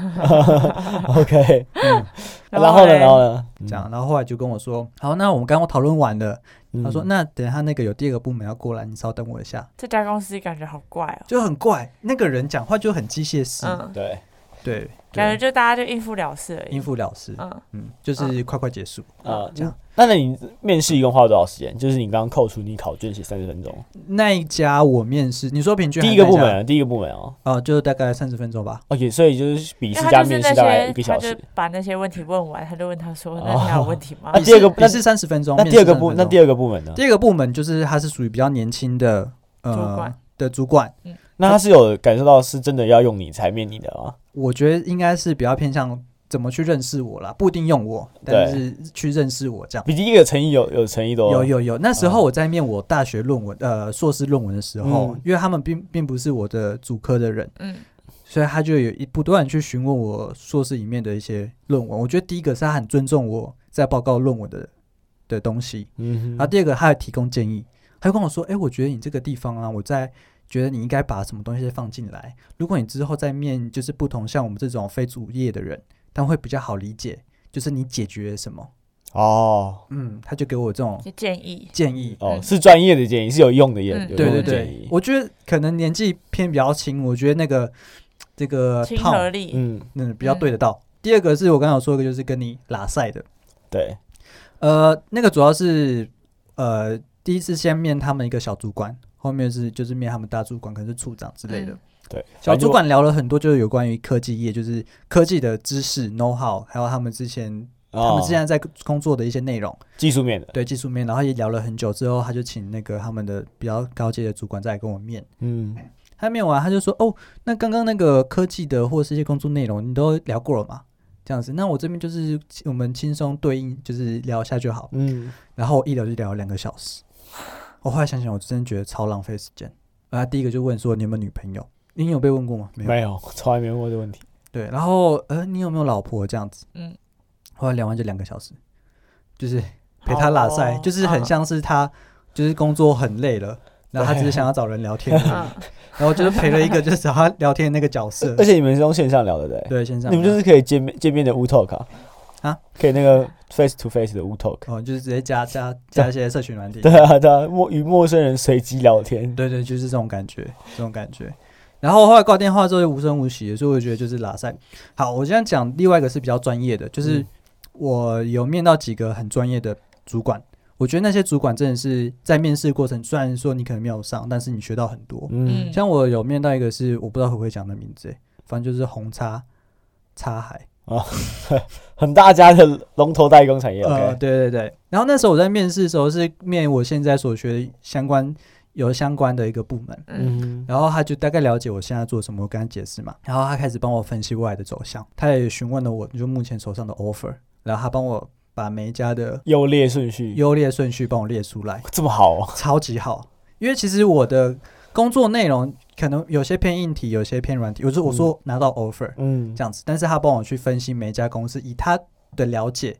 OK， 嗯， 然后呢， 嘞然后呢， 这样，然后后来就跟我说，好，那我们刚刚讨论完了。 嗯他说，那等一下那个有第二个部门要过来，你稍等我一下。 这家公司感觉好怪哦， 就很怪，那个人讲话就很机械式， 嗯， 对， 对， 感觉对就大家就应付了事而已。 应付了事， 嗯， 嗯，就是快快结束。 啊， 这样那那你面试一共花了多少时间？就是你刚刚扣除你考卷写三十分钟， 那一家我面试，你说平均第一个部门啊， 啊，第一个部门哦呃，就大概三十分钟吧。 ，OK，所以就是笔因试加为他就是那面试大概些， 一个小时他就。把那些问题问完，他就问他说：“那你还有问题吗那第二个笔试三十分钟， 那面试30 第二个部， 分钟那第二个部门呢？ 第二个部门就是他是属于比较年轻的呃主管的主管， 那他是有感受到是真的要用你才面你的吗？ 我觉得应该是比较偏向怎么去认识我啦，不一定用我，但是去认识我这样。 比第一个诚意有有诚意多。 有有有，那时候我在面我大学论文，呃，硕士论文的时候， 嗯因为他们并并不是我的主科的人， 嗯， 所以他就有一不断地去询问我硕士里面的一些论文。我觉得第一个是他很尊重我在报告论文的的东西， 嗯然后第二个他还提供建议，他就跟我说：“哎、我觉得你这个地方啊，我在觉得你应该把什么东西放进来。如果你之后再面就是不同像我们这种非主业的人，他们会比较好理解，就是你解决了什么。” 哦嗯，他就给我这种就建议。 建议。 哦， 嗯是专业的建议，是有用的建嗯有对对用的建议，。 对我觉得可能年纪偏比较轻，我觉得那个这个亲套和力， 嗯， 嗯比较对得到。第二个是我刚刚有说一个，就是跟你拉赛的， 对， 呃，那个主要是呃第一次先面他们一个小主管，后面是就是面他们大主管，可能是处长之类的。 嗯对， 小主管聊了很多，就是有关于科技业，就是科技的知识 know how，还有他们之前、他哦们之前在工作的一些内容， 技术面的， 对技术面，然后也聊了很久之后，他就请那个他们的比较高阶的主管再来跟我面。 嗯， 他面完他就说：“哦，那刚刚那个科技的或是一些工作内容，你都聊过了嘛？这样子，那我这边就是我们轻松对应，就是聊一下就好。 嗯， 然后我一聊就聊了两个小时。我后来想想，我真的觉得超浪费时间。啊，第一个就问说你有没有女朋友？你有被问过吗？没有。 没有，从来没问过这个问题。 对，然后呃，你有没有老婆？这样子。 嗯， 后来聊完就两个小时，就是陪他拉塞， 哦就是很像是他就是工作很累了，然后他只是想要找人聊天而已， 嗯， 然后就是陪了一个就是找他聊天的那个角色而。且你们是用线上聊的，对不对？ 对，线上你们就是可以见面见面的 U Talk 啊， 啊， 可以那个 face to face 的 U Talk。 哦，就是直接加加加一些社群软体。 对啊，对啊，陌与陌生人随机聊天。 对对，就是这种感觉，这种感觉。然后后来挂电话之后就无声无息的，所以我觉得就是拉塞。好，我现在讲另外一个是比较专业的，就是嗯我有面到几个很专业的主管，我觉得那些主管真的是在面试过程，虽然说你可能没有上，但是你学到很多。 嗯， 像我有面到一个是我不知道会不会讲的名字，反正就是红叉叉海。 很大家的龙头代工产业。 呃， OK， 对对对。然后那时候我在面试的时候是面我现在所学的相关有相关的一个部门， 嗯， 嗯， 然后他就大概了解我现在做什么，我跟他解释嘛，然后他开始帮我分析未来的走向，他也询问了我就目前手上的 offer，然后他帮我把每一家的优劣顺序优劣顺序帮我列出来， 这么好哦。 超级好。因为其实我的工作内容可能有些偏硬体，有些偏软体，我说我说拿到 offer， 嗯， 这样子，但是他帮我去分析每一家公司，以他的了解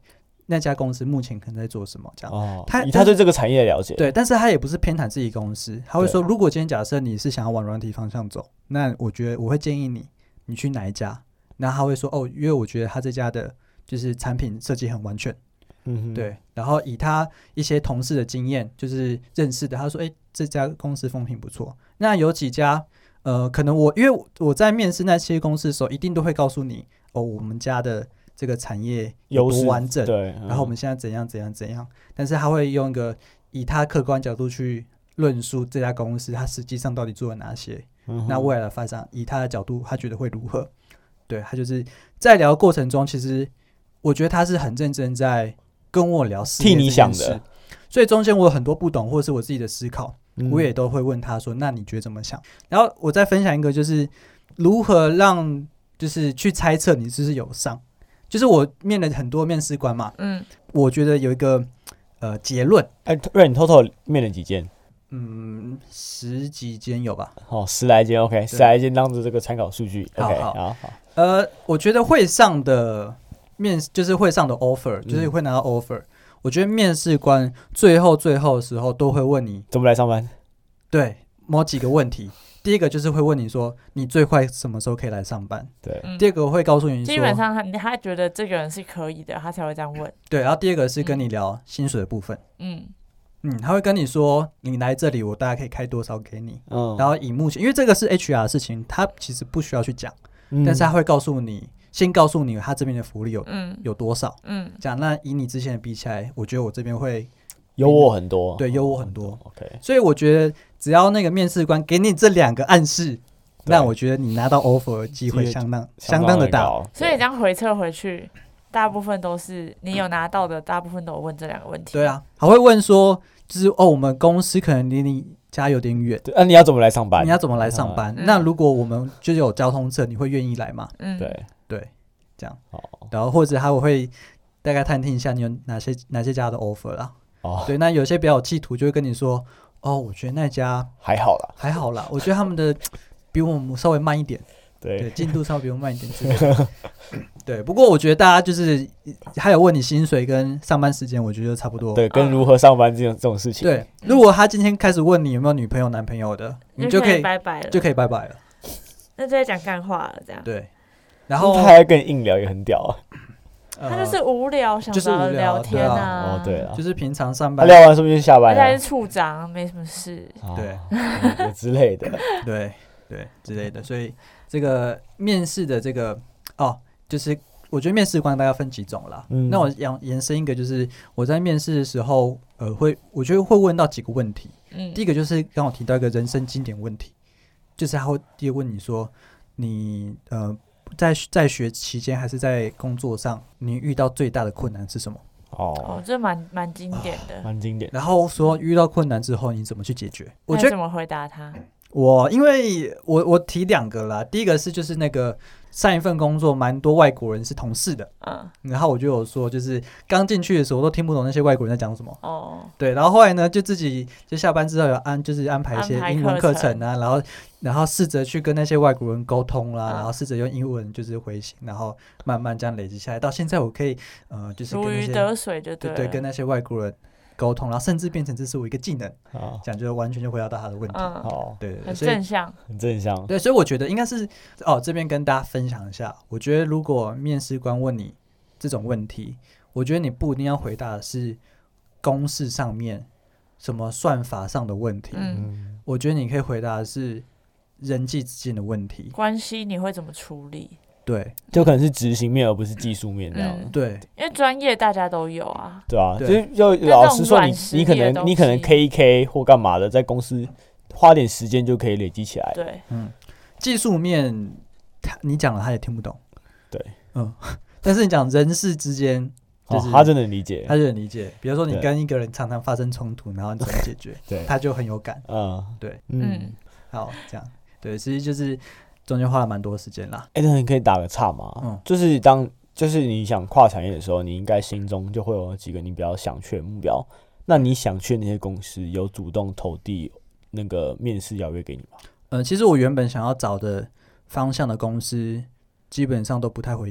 那家公司目前可能在做什么这样。 哦， 他以他对这个产业的了解， 对，但是他也不是偏袒自己公司，他会说，如果今天假设你是想要往软体方向走，那我觉得我会建议你，你去哪一家？然后他会说，哦，因为我觉得他这家的就是产品设计很完全， 嗯哼， 对。然后以他一些同事的经验，就是认识的，他说，哎，这家公司风评不错。那有几家，呃，可能我因为我在面试那些公司的时候，一定都会告诉你，哦，我们家的这个产业有多完整， 对， 然后我们现在怎样怎样怎样，但是他会用一个以他客观角度去论述这家公司他实际上到底做了哪些， 嗯、 那未来的发展以他的角度他觉得会如何。对，他就是在聊的过程中，其实我觉得他是很认真在跟我聊事业替你想的， 所以中间我有很多不懂或是我自己的思考、 嗯、 我也都会问他说，那你觉得怎么想？然后我再分享一个，就是如何让就是去猜测你是不是有上。就是我面了很多面试官嘛，嗯，我觉得有一个呃结论。 哎，瑞，你 total 面了几间？ 嗯，十几间有吧？ 哦，十来间 ，OK， 十来间当做这个参考数据 ，OK， 好好，好好。 呃，我觉得会上的面就是会上的 offer，、嗯、就是会拿到 offer。我觉得面试官最后最后的时候都会问你怎么来上班， 对，某几个问题。第一个就是会问你说，你最快什么时候可以来上班？ 对。 嗯、第二个会告诉你说， 基本上他他觉得这个人是可以的，他才会这样问。 对，然后第二个是跟你聊薪水的部分。嗯嗯，他会跟你说，你来这里，我大概可以开多少给你。嗯。然后以目前，因为这个是 H R 的事情，他其实不需要去讲、嗯，但是他会告诉你，先告诉你他这边的福利有、嗯、有多少。嗯。讲那以你之前的比起来，我觉得我这边会优我很多。 对，优我很多。 OK。 所以我觉得。只要那个面试官给你这两个暗示，那我觉得你拿到 offer 的机会相当相当的大。 所以这样回测回去，大部分都是你有拿到的，大部分都有问这两个问题。 对啊，还会问说，就是哦，我们公司可能离你家有点远， 那、啊、你要怎么来上班？ 你要怎么来上班？嗯、那如果我们就有交通车，你会愿意来吗？ 嗯，对对，这样。然后或者他会大概探听一下你有哪些哪些家的 offer 啦。哦，对，那有些比较有企图，就会跟你说。哦，我觉得那家还好啦， 还好啦。我觉得他们的比我们稍微慢一点，对，进度稍微比我们慢一点之类的。对，不过我觉得大家就是还有问你薪水跟上班时间，我觉得差不多。 对，跟如何上班这种这种事情。 对，如果他今天开始问你有没有女朋友、男朋友的，你就可以拜拜了， 就可以拜拜了。 那就在讲干话了，这样。 对，然后他还跟你硬聊，也很屌啊。 他就是无聊，想找人聊天啊。 哦，对啊， 就是平常上班聊完是不是就下班了？ 而且是处长，没什么事。 对， 之类的。 对对之类的，所以这个面试的这个哦，就是我觉得面试官大概分几种啦。嗯，那我延伸一个，就是我在面试的时候，呃，会我觉得会问到几个问题。嗯，第一个就是刚好提到一个人生经典问题，就是他会第一个问你说，你呃。在在学期间还是在工作上，你遇到最大的困难是什么？ 哦，哦这蛮蛮经典的， 蛮经典。 然后说遇到困难之后你怎么去解决？我觉得怎么回答他？ 我因为我我提两个啦，第一个是就是那个上一份工作蛮多外国人是同事的，嗯，然后我就有说，就是刚进去的时候我都听不懂那些外国人在讲什么，哦，对，然后后来呢，就自己就下班之后有安就是安排一些英文课程啊，然后然后试着去跟那些外国人沟通啦，嗯、然后试着用英文就是回信，然后慢慢这样累积下来，到现在我可以呃就是跟那些如鱼得水就对了， 对对，跟那些外国人沟通，然后甚至变成这是我一个技能，这样就完全就回答到他的问题。 哦、嗯， 对对对， 很正向， 很正向。 对，所以我觉得应该是哦，这边跟大家分享一下。我觉得如果面试官问你这种问题，我觉得你不一定要回答的是公式上面什么算法上的问题。嗯，我觉得你可以回答的是人际之间的问题， 关系你会怎么处理？ 对， 就可能是执行面而不是技术面这样、嗯。 对， 因为专业大家都有啊。 对啊，对就就老实说你，你你可能你可能 K 一 K 或干嘛的，在公司花点时间就可以累积起来。 对， 嗯，技术面你讲了他也听不懂。 对， 嗯，但是你讲人事之间，就是、 哦、他真的理解， 他就很理解。比如说你跟一个人常常发生冲突，然后你怎么解决？对，他就很有感。嗯，对，嗯，好，这样，对，其实就是。中间花了蛮多时间啦。 哎、欸，那你可以打个岔吗？嗯，就是当就是你想跨产业的时候，你应该心中就会有几个你比较想去的目标。那你想去的那些公司有主动投递那个面试邀约给你吗？ 呃，其实我原本想要找的方向的公司，基本上都不太回应我。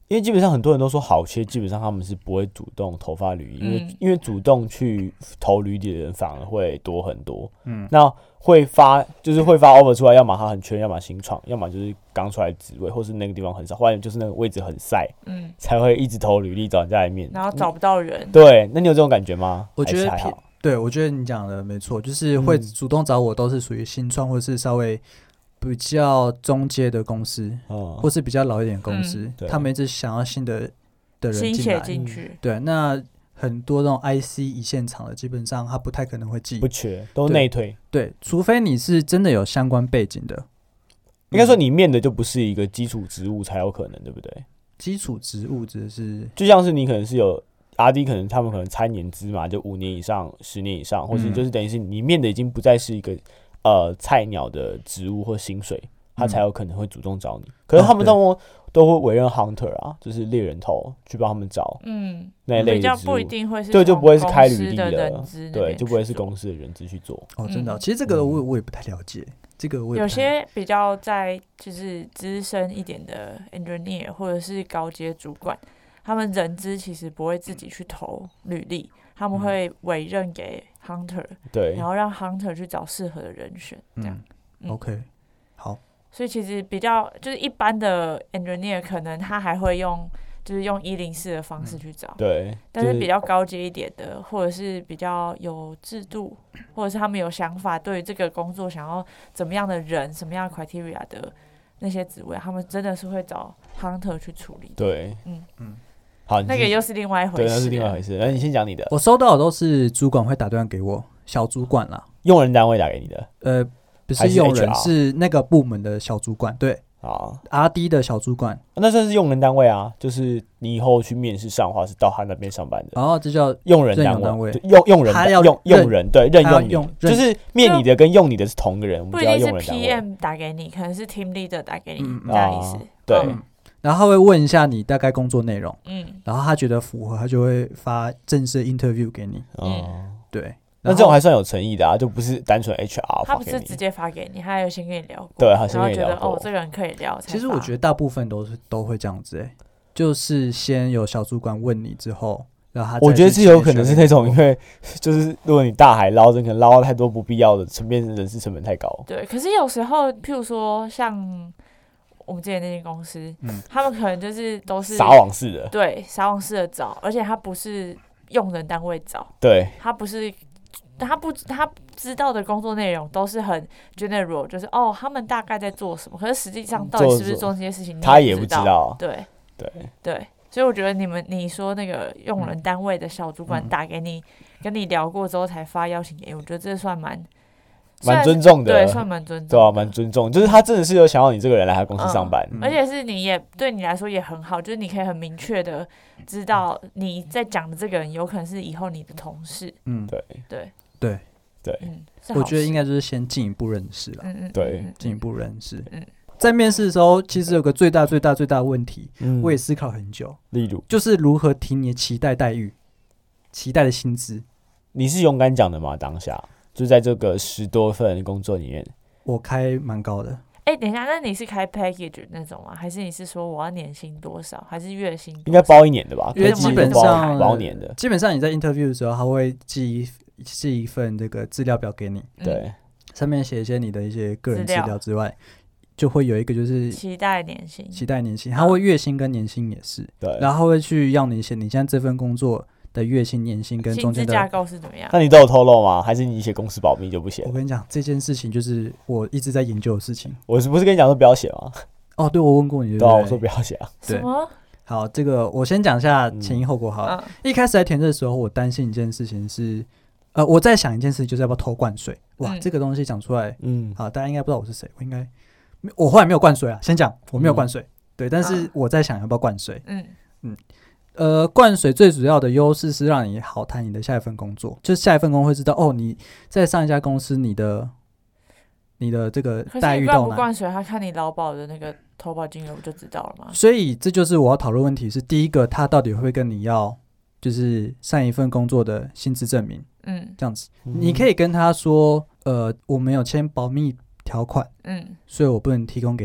因为基本上很多人都说好切，基本上他们是不会主动投发履历，因为、 嗯、 因为主动去投履历的人反而会多很多。 嗯， 那会发就是会发 offer 出来，要么他很缺，要么新创，要么就是刚出来的职位，或是那个地方很少，或者就是那个位置很晒， 嗯， 才会一直投履历找人家来面， 然后找不到人。 对，那你有这种感觉吗？ 我觉得还是还好。 对，我觉得你讲的没错，就是会主动找我都是属于新创或是稍微比较中阶的公司， 嗯， 或是比较老一点的公司， 嗯、 他们一直想要新的的人新进来， 血进去。 嗯、对，那很多那种 I C 一线厂的，基本上他不太可能会进， 不缺，都内推。 对，除非你是真的有相关背景的， 应该说你面的就不是一个基础职务才有可能，对不对？ 基础职务只是就像是你可能是有 R D， 可能他们可能参年资嘛，就五年以上、十年以上，或是就是等于是你面的已经不再是一个呃菜鸟的职务或薪水，他才有可能会主动找你。可是他们都、哦、都会委任 hunter 啊，就是猎人头去帮他们找， 嗯， 那一类的比较不一定会是对，就不会是开履历的的人资， 对，就不会是公司的人资去做。 哦，真的、哦， 嗯、 其实这个我我也不太了解。这个我有些比较在就是资深一点的 engineer 或者是高阶主管，他们人资其实不会自己去投履历，他们会委任给 hunter， 对， 然后让 hunter 去找适合的人选，这样。 嗯嗯、OK， 好。 所以其实比较就是一般的 engineer 可能他还会用就是用一零四的方式去找， 嗯、对。 但是比较高阶一点的，或者是比较有制度，或者是他们有想法，对于这个工作想要怎么样的人、什么样的 criteria 的那些职位，他们真的是会找 hunter 去处理。 对， 嗯嗯， 好， 那个又是另外一回事。 对，那是另外一回事。那你先讲你的。 我收到的都是主管会打电话给我，小主管啦， 用人单位打给你的。 呃，不是用人，是那个部门的小主管，对。 啊 ，R D 的小主管， 那算是用人单位啊，就是你以后去面试上的话，是到他那边上班的。 然后这叫用人单位， 用用人他要用用人，对，任用你， 用就是面你的跟用你的是同个人，我们叫用人单位。 不一定是 P M 打给你，可能是 Team Leader 打给你， 嗯、 这样意思。 对、 嗯，然后他会问一下你大概工作内容， 嗯， 然后他觉得符合，他就会发正式 interview 给你。 嗯， 对。 那这种还算有诚意的啊，就不是单纯 H R 他不是直接发给你，他有先跟你聊过， 对，他先跟你聊过， 然后觉得哦，这个人可以聊。 其实我觉得大部分都是都会这样子、欸，哎，就是先有小主管问你之后，然后他再我觉得是有可能是那种，因为就是如果你大海捞针，可能捞到太多不必要的，成本人事成本太高。 对，可是有时候，譬如说像我们之前那间公司，嗯，他们可能就是都是撒网式的， 对，撒网式的找，而且他不是用人单位找， 对， 他不是。他不，他知道的工作内容都是很 general， 就是哦，他们大概在做什么，可是实际上到底是不是做这些事情， 他也不知知道。 对对对，所以我觉得你们你说那个用人单位的小主管打给你，嗯、跟你聊过之后才发邀请给你，我觉得这算蛮蛮尊重的， 对，算蛮尊重的， 对啊，蛮尊重，就是他真的是有想要你这个人来他公司上班， 嗯、而且是你也对你来说也很好，就是你可以很明确的知道你在讲的这个人有可能是以后你的同事， 嗯， 对对对。 对、 嗯， 我觉得应该就是先进一步认识啦。 嗯嗯， 对， 进一步认识。 嗯， 在面试的时候，其实有个最大最大最大的问题， 嗯、 我也思考很久。 例如， 就是如何提你的期待待遇、期待的薪资。 你是勇敢讲的吗？当下就在这个十多份工作里面， 我开蛮高的。 哎、欸，等一下，那你是开 package 那种吗？还是你是说我要年薪多少，还是月薪？ 应该包一年的吧？ 因为基本上包年的。 基本上你在 interview 的时候，他会寄寄一份这个资料表给你， 对， 上面写一些你的一些个人资料之外，就会有一个就是期待年薪， 期待年薪，他会月薪跟年薪也是， 对， 然后他会去要你写你现在这份工作的月薪、年薪跟中间的薪资架构是怎么样？ 那你都有透露吗？还是你写公司保密就不写？ 我跟你讲，这件事情就是我一直在研究的事情。 我是不是跟你讲说不要写吗？ 哦，对，我问过你，对不对？ 对啊，我说不要写啊。 什么？ 好，这个我先讲一下前因后果好了。 嗯、 一开始在填的时候，我担心一件事情是。呃，我在想一件事情，就是要不要偷灌水？哇，嗯、这个东西讲出来，嗯，好，大家应该不知道我是谁，我应该，我后来没有灌水啊。先讲，我没有灌水，嗯、对，但是我在想要不要灌水。嗯嗯，呃，灌水最主要的优势是让你好谈你的下一份工作，就是下一份工作会知道哦，你在上一家公司你的你的这个待遇到哪？ 可是你灌不灌水，他看你劳保的那个投保金额不就知道了吗？ 所以这就是我要讨论问题是：第一个，他到底会不会跟你要？就是上一份工作的薪资证明，嗯，这样子，嗯、你可以跟他说，呃，我们有签保密条款，嗯，所以我不能提供给你，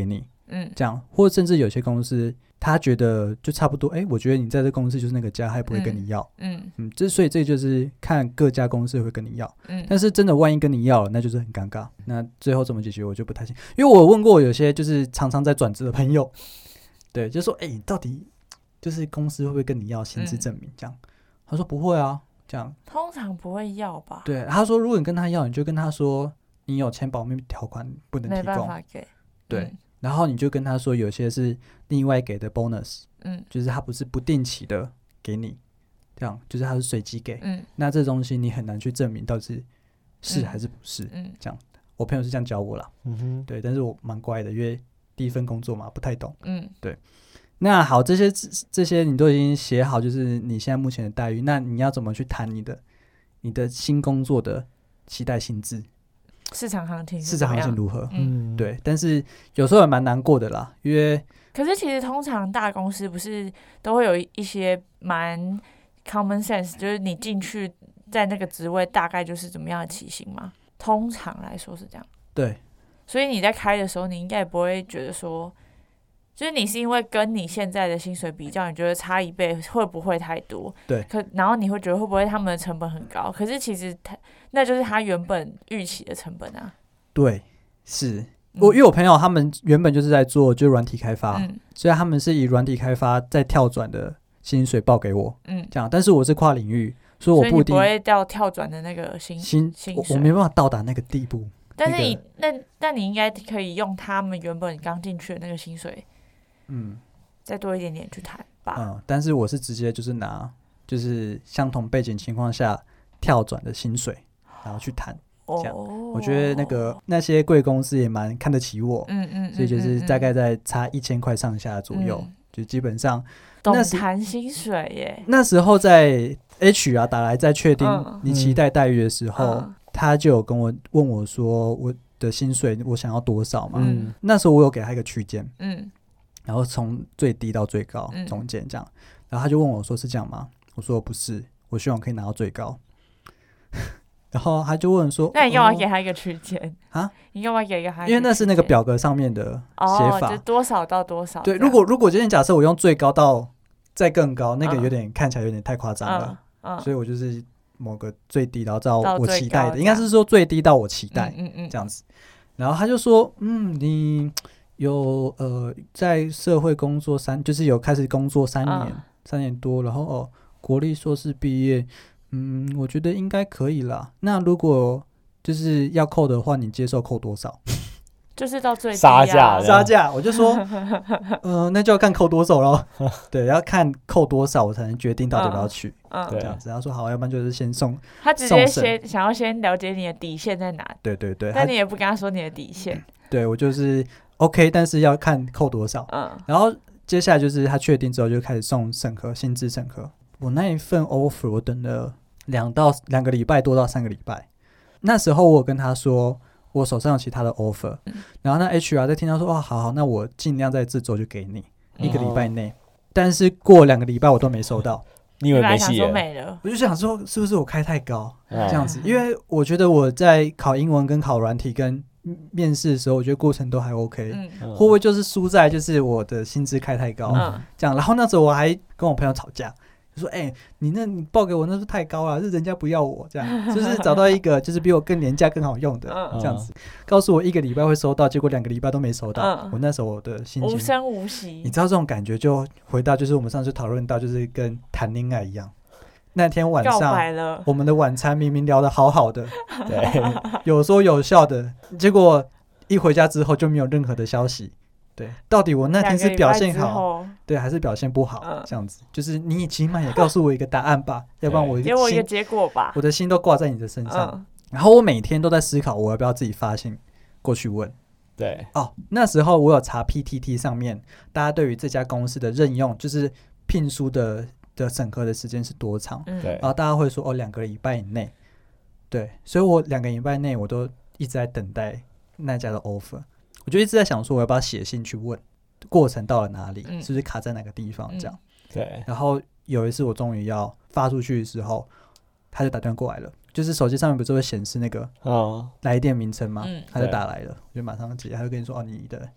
嗯， 这样，或甚至有些公司他觉得就差不多，哎、我觉得你在这公司就是那个家，他也不会跟你要， 嗯嗯，这所以这就是看各家公司会跟你要， 嗯， 但是真的万一跟你要了，那就是很尴尬。那最后怎么解决，我就不太清，因为我有问过有些就是常常在转职的朋友，对，就说，哎、你到底就是公司会不会跟你要薪资证明？这样，他说不会啊，这样， 通常不会要吧？ 对，他说如果你跟他要，你就跟他说你有签保密条款不能没提供， 办法给。 对，然后你就跟他说有些是另外给的 bonus， 嗯， 就是他不是不定期的给你，这样就是他是随机给， 嗯那这东西你很难去证明到底是是嗯还是不是， 嗯这样。我朋友是这样教我啦， 嗯哼， 对，但是我蛮乖的，因为第一份工作嘛，不太懂。 嗯那好，这些这些你都已经写好，就是你现在目前的待遇，那你要怎么去谈你的你的新工作的期待薪资？ 市场行情是市场行怎么样情如何？ 嗯， 嗯， 对，但是有时候也蛮难过的啦，因为可是其实通常大公司不是都会有一些蛮 common sense，就是你进去在那个职位大概就是怎么样的起薪吗？通常来说是这样， 对所以你在开的时候，你应该也不会觉得说，就是你是因为跟你现在的薪水比较，你觉得差一倍会不会太多？ 对， 可然后你会觉得会不会他们的成本很高？可是其实他那就是他原本预期的成本啊。 对是。 嗯我因为我朋友他们原本就是在做就是软体开发， 嗯所以他们是以软体开发在跳转的薪水报给我， 嗯， 这样。但是我是跨领域，所以我所以你不一定不会到跳转的那个薪薪薪水我我没办法到达那个地步。 但是你那那那你应该可以用他们原本刚进去的那个薪水， 嗯再多一点点去谈吧。 嗯，但是我是直接就是拿就是相同背景情况下跳转的薪水，然后去谈。这样哦， 我觉得那个那些贵公司也蛮看得起我， 嗯嗯， 所以就是大概在在差一千块上下左右， 嗯就基本上懂那是谈薪水耶。 那时候在 H R 打来在确定嗯你期待待遇的时候， 嗯他就有跟我问我说我的薪水我想要多少嘛？ 嗯那时候我有给他一个区间， 嗯然后从最低到最高嗯中间这样，然后他就问我说是这样吗？我说不是，我希望可以拿到最高。然后他就问说， 那你干嘛哦给他一个区间啊？ 你干嘛给一个他一个区间？ 因为那是那个表格上面的写哦， 法。 就多少到多少这对， 样。 如果如果今天假设我用最高到再更高，那个嗯有点、看起来有点太夸张了， 嗯嗯， 所以我就是某个最低，然后到到最我期待的， 高这样应该是说最低到我期待、 嗯嗯这样子。然后他就说，嗯，你有呃在社会工作三，就是有开始工作三年， 嗯三年多，然后哦国立硕士毕业，嗯，我觉得应该可以啦。那如果就是要扣的话，你接受扣多少？ 就是到最低杀价的杀价，我就说，呃，那就要看扣多少咯。对，要看扣多少，我才能决定到底要不要去。 嗯， 对这样子，他说好，要不然就是先送。 他直接送审先想要先了解你的底线在哪， 对对对，他但你也不跟他说你的底线。 对我就是 OK， 但是要看扣多少。 嗯然后接下来就是他确定之后就开始送审核，薪资审核。我那一份 offer 我等了两到两个礼拜多到三个礼拜。那时候我有跟他说我手上有其他的 offer，、 嗯、 然后那 H R 在听到说哇好好，那我尽量在这周就给你、 嗯、 一个礼拜内。但是过两个礼拜我都没收到， 你以为没戏你本来想说了？ 没了， 我就想说是不是我开太高、 嗯这样子？因为我觉得我在考英文跟考软体跟面试的时候，我觉得过程都还 OK。 嗯嗯会不会就是输在就是我的薪资开太高、 嗯这样？然后那时候我还跟我朋友吵架，就说：“哎、欸，你那你报给我那是太高了，是人家不要我这样，就是找到一个就是比我更廉价更好用的、 嗯这样子，告诉我一个礼拜会收到，结果两个礼拜都没收到。 嗯我那时候我的心情无声无息你。知道这种感觉就回到就是我们上次讨论到就是跟谈恋爱一样，那天晚告上白了， 我们的晚餐明明聊得好好的， 对， 有说有笑的，结果一回家之后就没有任何的消息。对，到底我那天是表现好，对，还是表现不好？ 嗯、 这样子，就是你起码也告诉我一个答案吧，要不然我给我一个结果吧， 我的心都挂在你的身上。 嗯、 然后我每天都在思考，我要不要自己发信过去问。 对， 哦，那时候我有查 P T T 上面，大家对于这家公司的任用，就是聘书的的审核的时间是多长？ 嗯、 对然后大家会说哦，两个礼拜以内。对，所以我两个礼拜内我都一直在等待那家的 offer。我就一直在想说，我要不要写信去问过程到了哪里， 嗯、 是不是卡在哪个地方这样？ 嗯、 对。 然后有一次我终于要发出去的时候，他就打电话过来了，就是手机上面不是会显示那个来电名称吗？ 嗯、 他就打来了，我就马上接，他就跟你说哦，你的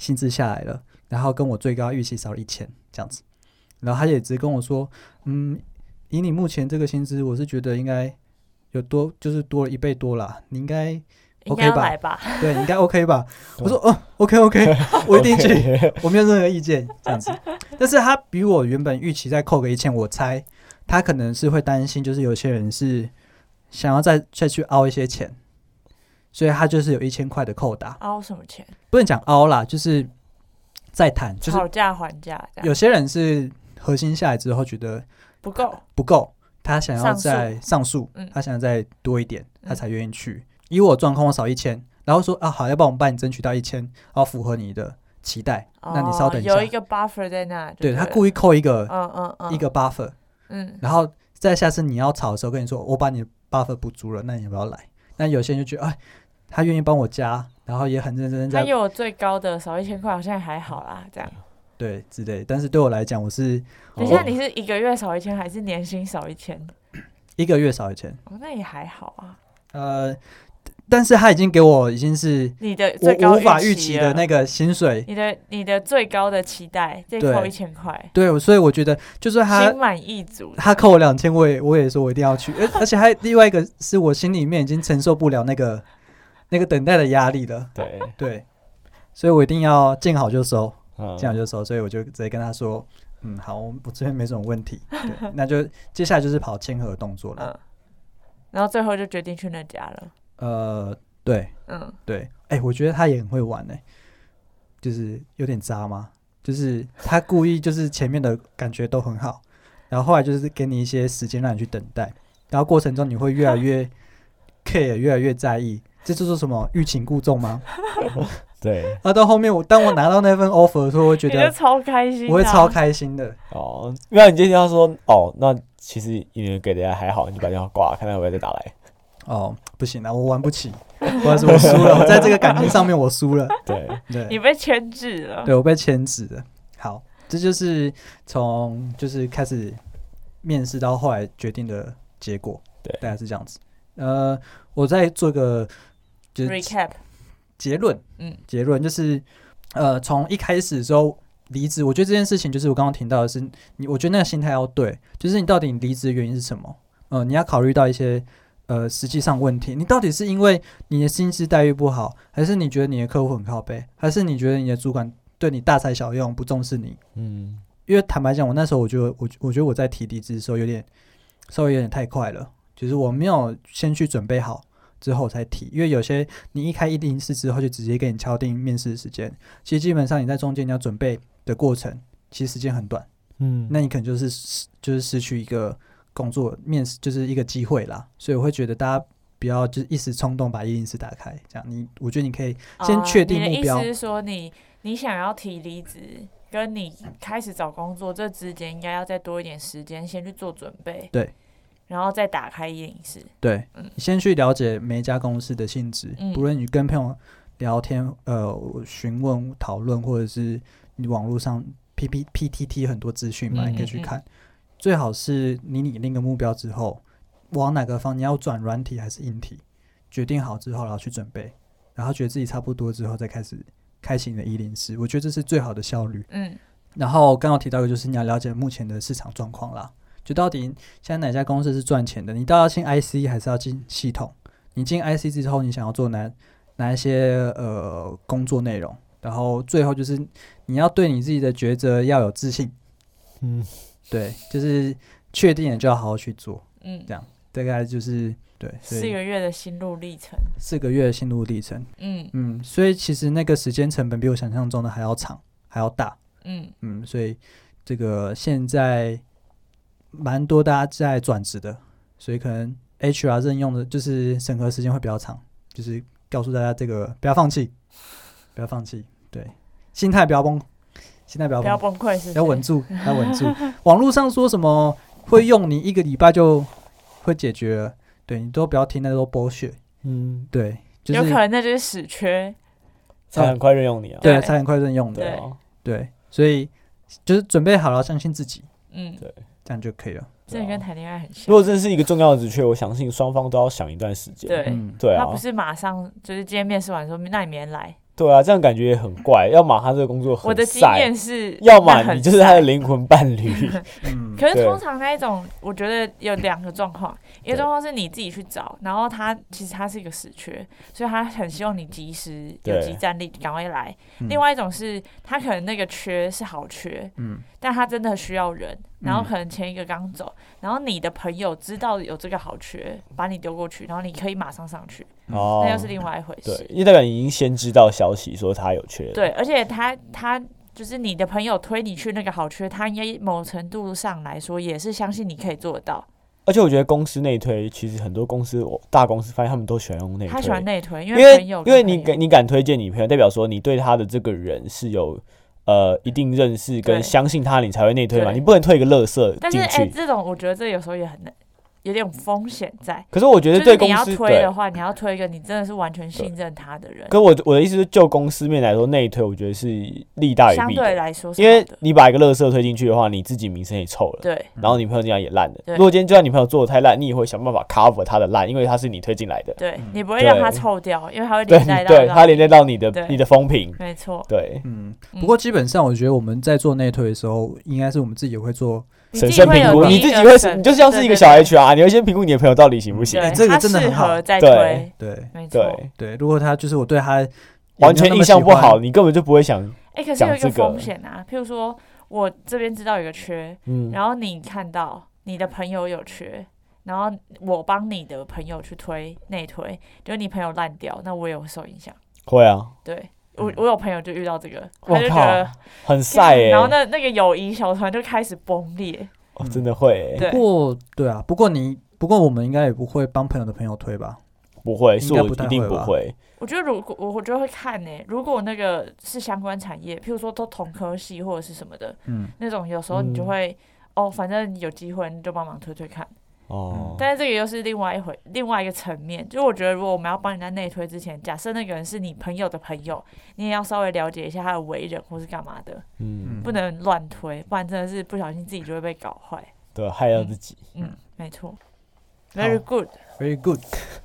薪资下来了，然后跟我最高预期少了一千这样子，然后他也直接跟我说，嗯，以你目前这个薪资，我是觉得应该有多，就是多了一倍多啦，你应该应 OK 该要吧？ 来吧？ 对，你应该 OK 吧？我说，哦 ，OK OK，我一定去，我没有任何意见这样子。但是他比我原本预期再扣个一千，我猜他可能是会担心，就是有些人是想要再再去凹一些钱，所以他就是有一千块的扣打。 凹什么钱？ 不能讲凹啦，就是再谈，就是讨价还价这样。 有些人是核心下来之后觉得不够， 不够，他想要再上诉， 嗯他想要再多一点，他才愿意去。以我状况，我少一千，然后说啊好，要不然我们帮你争取到一千，然后符合你的期待， 哦、 那你稍等一下。 有一个 buffer 在那， 对他故意扣一个， 嗯嗯嗯， 一个 buffer， 嗯， 然后在下次你要吵的时候跟你说，我把你的 buffer 补足了，那你要不要来？那有些人就觉得，哎，他愿意帮我加，然后也很认真在。 他有我最高的少一千块，好像还好啦，这样。 对，之类。但是对我来讲，我是等一下，你是一个月少一千，还是年薪少一千？ 一个月少一千。 哦，那也还好啊。 呃，但是他已经给我已经是你的最高我无法预期的那个薪水， 你的你的最高的期待，再扣一千块。 对，所以我觉得就是他心满意足。 他扣我两千，我也我也说我一定要去，而而且还另外一个是我心里面已经承受不了那个那个等待的压力了。 对对，所以我一定要见好就收。 嗯， 这样就收，所以我就直接跟他说，嗯，好，我这边没什么问题，对，那就接下来就是跑签合的动作了， 嗯，然后最后就决定去那家了， 呃，对， 嗯， 对，哎、欸，我觉得他也很会玩哎、欸，就是有点渣嘛，就是他故意就是前面的感觉都很好，然后后来就是给你一些时间让你去等待，然后过程中你会越来越 care， 越来越在意，这就是什么欲擒故纵吗？ 对， 啊，到后面我当我拿到那份 offer 的时候，我会觉得超开心、啊， 我会超开心的。 哦，那你今天他说，哦，那其实你们给的还好，你就把电话挂，看他会不会再打来。 哦，不行了，我玩不起，不好意思，我输了，我在这个感情上面我输了。 对对， 你被牵制了。 对，我被牵制了。好，这就是从就是开始面试到后来决定的结果， 对， 大概是这样子。呃，我再做个就是 recap 结论， 嗯， 结论就是呃，从一开始的时候离职，我觉得这件事情就是我刚刚提到的是，你我觉得那个心态要对，就是你到底离职的原因是什么？呃，你要考虑到一些呃实际上问题，你到底是因为你的薪资待遇不好，还是你觉得你的客户很靠背，还是你觉得你的主管对你大材小用不重视你？嗯，因为坦白讲，我那时候我觉得我我觉得我在提离职的时候有点稍微有点太快了，就是我没有先去准备好。之后才提，因为有些你一开一零四之后就直接给你敲定面试的时间，其实基本上你在中间你要准备的过程，其实时间很短，嗯，那你可能就是就是失去一个工作面试就是一个机会啦，所以我会觉得大家不要就是一时冲动把一零四打开，这样你我觉得你可以先确定目标。 哦、你的意思是说你你想要提离职，跟你开始找工作这之间应该要再多一点时间，先去做准备。 对。 然后再打开一零四， 对、嗯、你先去了解每一家公司的性质、嗯、不论你跟朋友聊天呃询问讨论，或者是你网络上 P P P T T 很多资讯嘛，你可以去看、嗯、最好是你拟定个目标之后往哪个方你要转软体还是硬体决定好之后，然后去准备，然后觉得自己差不多之后再开始开启你的一零四，我觉得这是最好的效率。嗯，然后刚刚提到的就是你要了解目前的市场状况啦，就到底现在哪家公司是赚钱的，你到底要进 I C 还是要进系统，你进 I C 之后你想要做哪哪一些呃工作内容，然后最后就是你要对你自己的抉择要有自信，嗯，对，就是确定了就要好好去做，嗯，这样大概就是对四个月的心路历程， 四个月的心路历程，嗯嗯，所以其实那个时间成本比我想象中的还要长还要大，嗯嗯，所以这个现在蛮多大家在转职的，所以可能 H R 任用的就是审核时间会比较长，就是告诉大家这个不要放弃，不要放弃，对，心态不要崩，心态不要崩， 不要崩溃，是不是要稳住，要稳住。网络上说什么会用你一个礼拜就会解决了，对你都不要听那都 bullshit， 嗯，对，就是有可能那就是死缺， 才很快任用你啊， 对，才很快任用的，对，对，所以就是准备好了，相信自己，嗯，对。这样就可以了。 这跟谈恋爱很像。 如果真的是一个重要的职缺，我相信双方都要想一段时间。 对、 嗯，对啊， 他不是马上就是今天面试完说，那你明天来， 对啊，这样感觉也很怪。要么他这个工作很晒， 我的经验是， 要么你就是他的灵魂伴侣。 嗯， 可是通常那一种，我觉得有两个状况，一个状况是你自己去找，然后他其实他是一个死缺，所以他很希望你及时有即战力，赶快来。 嗯另外一种是他可能那个缺是好缺， 嗯但他真的需要人，然后可能前一个刚走，然后你的朋友知道有这个好缺，把你丢过去，然后你可以马上上去， 哦， 那又是另外一回事。 对，因为代表你已经先知道消息说他有缺了。 对，而且他他就是你的朋友推你去那个好缺，他应该某程度上来说也是相信你可以做得到。 而且我觉得公司内推，其实很多公司大公司发现他们都喜欢用内推， 他喜欢内推，因因为朋友因为你敢你敢推荐你朋友，代表说你对他的这个人是有呃一定认识跟相信他，你才会内推嘛。你不能推一个垃圾但是哎、 进去。 欸，这种我觉得这有时候也很难。有点风险在， 可是我觉得对公司、 就是、你要推的话，你要推一个你真的是完全信任他的人。 可我我的意思是，就公司面来说，内推我觉得是利大于弊的。 相对来说是， 因为你把一个垃圾推进去的话，你自己名声也臭了， 对， 然后你朋友这样也烂了。如果今天就算你朋友做的太烂，你也会想办法 cover 他的烂，因为他是你推进来的。 对，你不会让他臭掉，因为他会连带到对，他连带到你的你的风评。 没错， 对， 嗯。不过基本上，我觉得我们在做内推的时候，应该是我们自己也会做。 审慎评估，你自己会，你就像是一个小 H R， 你会先评估你的朋友到底行不行。 欸、这个真的很好， 再推， 对， 没错， 对。如果他就是我对他完全印象不好，你根本就不会想。 哎、欸，可是有一个风险啊，譬如说我这边知道有个缺，嗯，然后你看到你的朋友有缺，然后我帮你的朋友去推内推，就你朋友烂掉，那我也会受影响。 会啊， 对。我我有朋友就遇到这个，他就觉得很晒耶， 然后那那个友谊小团就开始崩裂。 哦，真的会耶。 不过对啊，不过你不过我们应该也不会帮朋友的朋友推吧？ 不会，是我一定不会。 我觉得如果我我就会看呢、欸，如果那个是相关产业，譬如说都同科系或者是什么的，嗯，那种有时候你就会、嗯、哦，反正有机会你就帮忙推推看。哦，但是这个又是另外一回，另外一个层面。就是我觉得，如果我们要帮人家内推之前，假设那个人是你朋友的朋友，你也要稍微了解一下他的为人或是干嘛的，嗯，不能乱推，不然真的是不小心自己就会被搞坏， 对，害到自己。 嗯，嗯没错 ，very good，very good，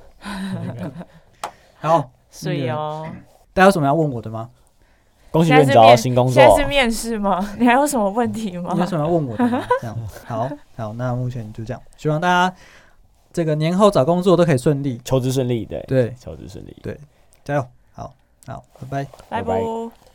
好， 所以哦， 大家有什么要问我的吗？ 恭喜你找到新工作。 现在是面试吗？你还有什么问题吗？ 你有什么要问我的吗？这样，好好，那目前就这样。希望大家这个年后找工作都可以顺利， 求职顺利，对对， 求职顺利， 对，加油，好好，拜拜， 拜拜。